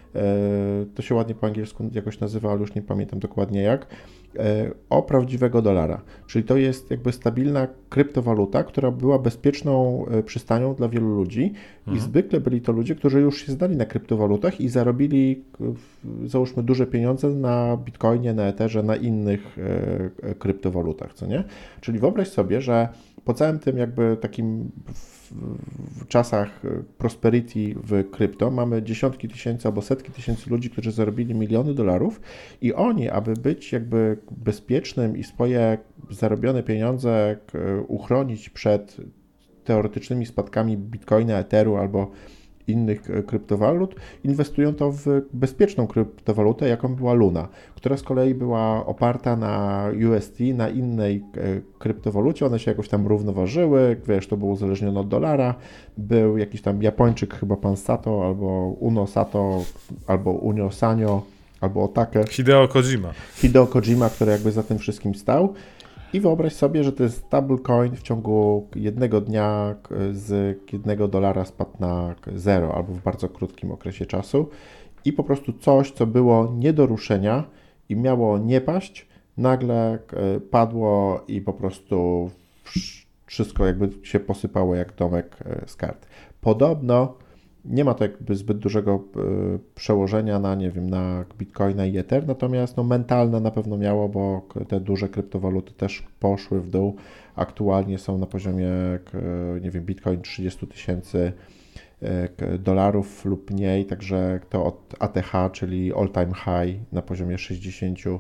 to się ładnie po angielsku jakoś nazywa, ale już nie pamiętam dokładnie jak, o prawdziwego dolara. Czyli to jest jakby stabilna kryptowaluta, która była bezpieczną przystanią dla wielu ludzi mhm. i zwykle byli to ludzie, którzy już się znali na kryptowalutach i zarobili, załóżmy, duże pieniądze na Bitcoinie, na Etherze, na innych kryptowalutach, co nie? Czyli wyobraź sobie, że po całym tym jakby takim w, w czasach prosperity w krypto mamy dziesiątki tysięcy albo setki tysięcy ludzi, którzy zarobili miliony dolarów i oni, aby być jakby bezpiecznym i swoje zarobione pieniądze uchronić przed teoretycznymi spadkami Bitcoina, Etheru albo innych kryptowalut, inwestują to w bezpieczną kryptowalutę, jaką była Luna, która z kolei była oparta na U S T, na innej kryptowalucie, one się jakoś tam równoważyły, wiesz, to było uzależnione od dolara, był jakiś tam Japończyk, chyba pan Sato, albo Uno Sato, albo Unio Sanyo, albo Otake. Hideo Kojima. Hideo Kojima, który jakby za tym wszystkim stał. I wyobraź sobie, że ten stablecoin w ciągu jednego dnia z jednego dolara spadł na zero albo w bardzo krótkim okresie czasu i po prostu coś, co było nie do ruszenia i miało nie paść, nagle padło i po prostu wszystko jakby się posypało jak domek z kart. Podobno nie ma to jakby zbyt dużego y, przełożenia na, nie wiem, na Bitcoina i Ether, natomiast no, mentalne na pewno miało, bo te duże kryptowaluty też poszły w dół. Aktualnie są na poziomie, y, nie wiem, Bitcoin trzydzieści tysięcy y, dolarów lub mniej, także to od A T H, czyli all time high na poziomie sześćdziesiąt, y,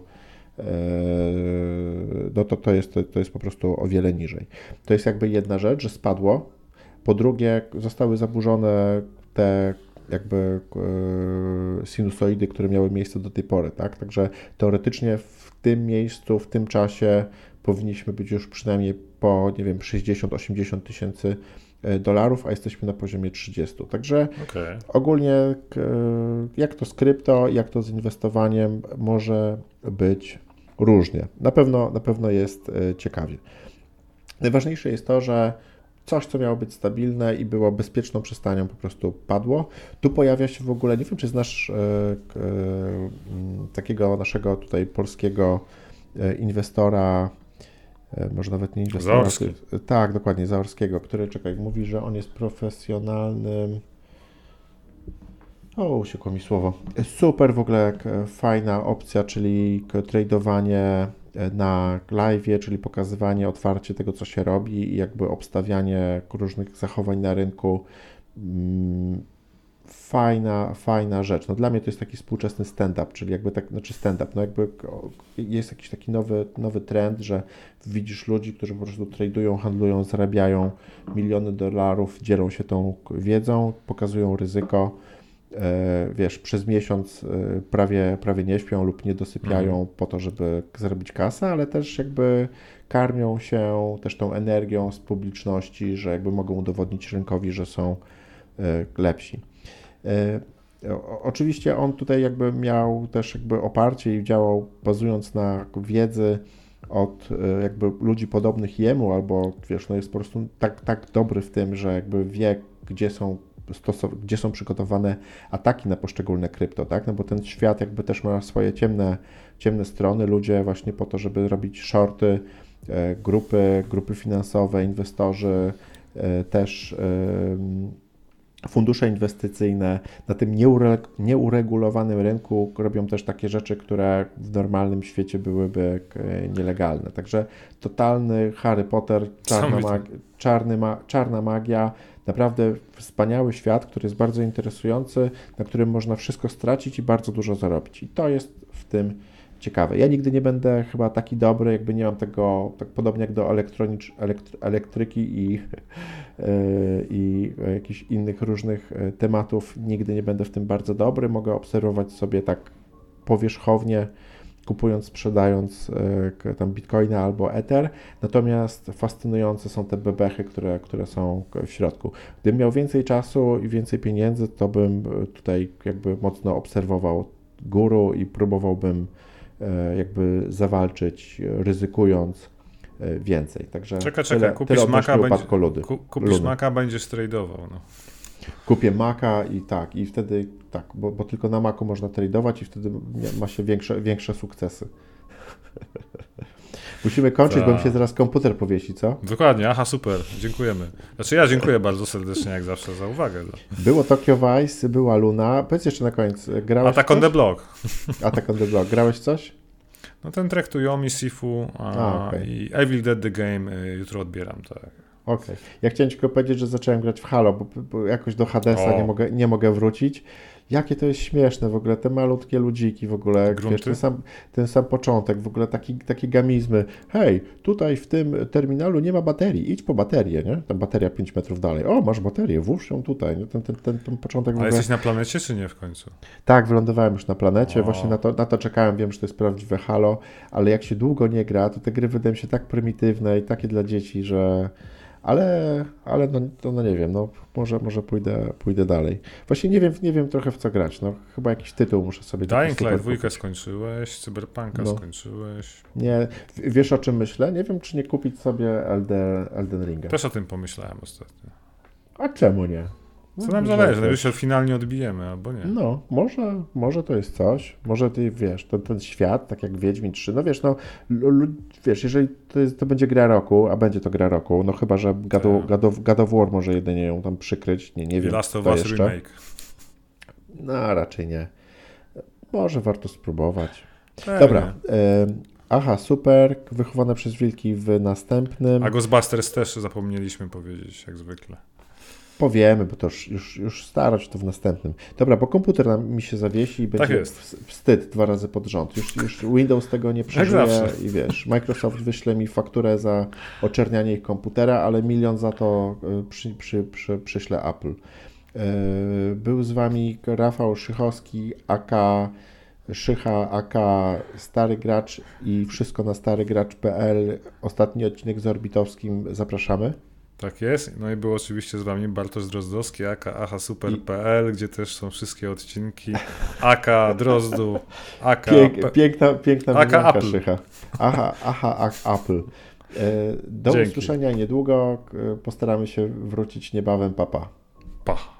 no to, to, jest, to, to jest po prostu o wiele niżej. To jest jakby jedna rzecz, że spadło. Po drugie, zostały zaburzone te jakby e, sinusoidy, które miały miejsce do tej pory, tak? Także teoretycznie w tym miejscu, w tym czasie powinniśmy być już przynajmniej po, nie wiem, sześćdziesiąt osiemdziesiąt tysięcy dolarów, a jesteśmy na poziomie trzydzieści. Także okay. ogólnie e, jak to z krypto, jak to z inwestowaniem może być różnie. Na pewno, na pewno jest e, ciekawie. Najważniejsze jest to, że coś, co miało być stabilne i było bezpieczną przystanią, po prostu padło. Tu pojawia się w ogóle, nie wiem, czy znasz e, e, takiego naszego tutaj polskiego e, inwestora, e, może nawet nie inwestora. Zaorski. Ty, tak, dokładnie, Zaorskiego, który, czekaj, mówi, że on jest profesjonalnym... O, uciekło mi słowo. Super w ogóle fajna opcja, czyli tradowanie na live'ie, czyli pokazywanie otwarcie tego, co się robi i jakby obstawianie różnych zachowań na rynku. Fajna, fajna rzecz. No dla mnie to jest taki współczesny stand-up, czyli jakby tak, znaczy stand-up, no jakby jest jakiś taki nowy, nowy trend, że widzisz ludzi, którzy po prostu tradują, handlują, zarabiają miliony dolarów, dzielą się tą wiedzą, pokazują ryzyko. Wiesz, przez miesiąc prawie, prawie nie śpią lub nie dosypiają mhm. po to, żeby zarobić kasę, ale też jakby karmią się też tą energią z publiczności, że jakby mogą udowodnić rynkowi, że są lepsi. Oczywiście on tutaj jakby miał też jakby oparcie i działał bazując na wiedzy od jakby ludzi podobnych jemu, albo wiesz, no jest po prostu tak, tak dobry w tym, że jakby wie, gdzie są Stosow- gdzie są przygotowane ataki na poszczególne krypto, tak? No bo ten świat jakby też ma swoje ciemne, ciemne strony, ludzie właśnie po to, żeby robić shorty, e, grupy, grupy finansowe, inwestorzy, e, też e, fundusze inwestycyjne na tym nieure- nieuregulowanym rynku robią też takie rzeczy, które w normalnym świecie byłyby e, nielegalne. Także totalny Harry Potter, czarna, mag- czarny ma- czarna magia, naprawdę wspaniały świat, który jest bardzo interesujący, na którym można wszystko stracić i bardzo dużo zarobić. I to jest w tym ciekawe. Ja nigdy nie będę chyba taki dobry, jakby nie mam tego, tak podobnie jak do elektronicz, elektry, elektryki i, yy, i jakichś innych różnych tematów, nigdy nie będę w tym bardzo dobry. Mogę obserwować sobie tak powierzchownie kupując, sprzedając e, tam bitcoina albo ether, natomiast fascynujące są te bebechy, które, które są w środku. Gdybym miał więcej czasu i więcej pieniędzy, to bym tutaj jakby mocno obserwował guru i próbowałbym e, jakby zawalczyć, ryzykując e, więcej. Także czekaj, tyle, czekaj, kupisz tyle Maca, będzie, ludy. ku, kupisz Ludy. Maca, będziesz tradeował. No. Kupię Maca i tak, i wtedy tak, bo, bo tylko na Macu można tradeować i wtedy ma się większe, większe sukcesy. Musimy kończyć, Ta. bo mi się zaraz komputer powiesi, co? Dokładnie, aha, super, dziękujemy. Znaczy ja dziękuję bardzo serdecznie, jak zawsze, za uwagę. Było Tokyo Vice, była Luna. Powiedz jeszcze na koniec, grałeś Attack coś? on the Block. Attack on the Block. Grałeś coś? No ten track to Yomi, Sifu a, A, okay. i Evil Dead the Game y, jutro odbieram, tak. Okej. Okay. Ja chciałem tylko powiedzieć, że zacząłem grać w Halo, bo, bo jakoś do Hadesa nie mogę, nie mogę wrócić. Jakie to jest śmieszne w ogóle, te malutkie ludziki w ogóle, wiesz, ten, sam, ten sam początek, w ogóle taki, takie gamizmy. Hej, tutaj w tym terminalu nie ma baterii, idź po baterię, nie? Tam bateria pięć metrów dalej. O, masz baterię, włóż ją tutaj. Nie? Ten, ten, ten, ten początek w ogóle... Ale jesteś na planecie, czy nie w końcu? Tak, wylądowałem już na planecie, o. właśnie na to, na to czekałem, wiem, że to jest prawdziwe Halo, ale jak się długo nie gra, to te gry wydają się tak prymitywne i takie dla dzieci, że... Ale, ale no, to no nie wiem, no może, może pójdę, pójdę dalej. Właśnie nie wiem, nie wiem trochę w co grać, no chyba jakiś tytuł muszę sobie... Dying Light dwa skończyłeś, Cyberpunka no. skończyłeś. Nie, wiesz o czym myślę? Nie wiem, czy nie kupić sobie Elden, Elden Ringa. Też o tym pomyślałem ostatnio. A czemu nie? Co nam zależy, najwyżej finalnie odbijemy, albo nie. No, może, może to jest coś, może ty wiesz, ten, ten świat, tak jak Wiedźmin trzy, no wiesz, no, l, wiesz, jeżeli to, jest, to będzie gra roku, a będzie to gra roku, no chyba, że God of, God of, God of War może jedynie ją tam przykryć, nie, nie wiem. Last of Us remake. No, raczej nie. Może warto spróbować. Pewnie. Dobra, y, aha, super, wychowane przez wilki w następnym. A Ghostbusters też zapomnieliśmy powiedzieć, jak zwykle. Powiemy, bo to już, już, już starać to w następnym. Dobra, bo komputer nam, mi się zawiesi i będzie tak jest. wstyd dwa razy pod rząd. Już, już Windows tego nie przeżyje i wiesz, Microsoft wyśle mi fakturę za oczernianie ich komputera, ale milion za to przy, przy, przy, przyśle Apple. Był z wami Rafał Szychowski, aka Szycha, aka Stary Gracz i wszystko na starygracz kropka p l. Ostatni odcinek z Orbitowskim, zapraszamy. Tak jest. No i był oczywiście z wami Bartosz Drozdowski, aka aha super kropka p l, gdzie też są wszystkie odcinki. Aka Drozdu, aka... Pięk, piękna piękna aka Apple. Szycha. Aha, aha, Apple. Do Dzięki. usłyszenia niedługo. Postaramy się wrócić niebawem. Pa, pa. Pa.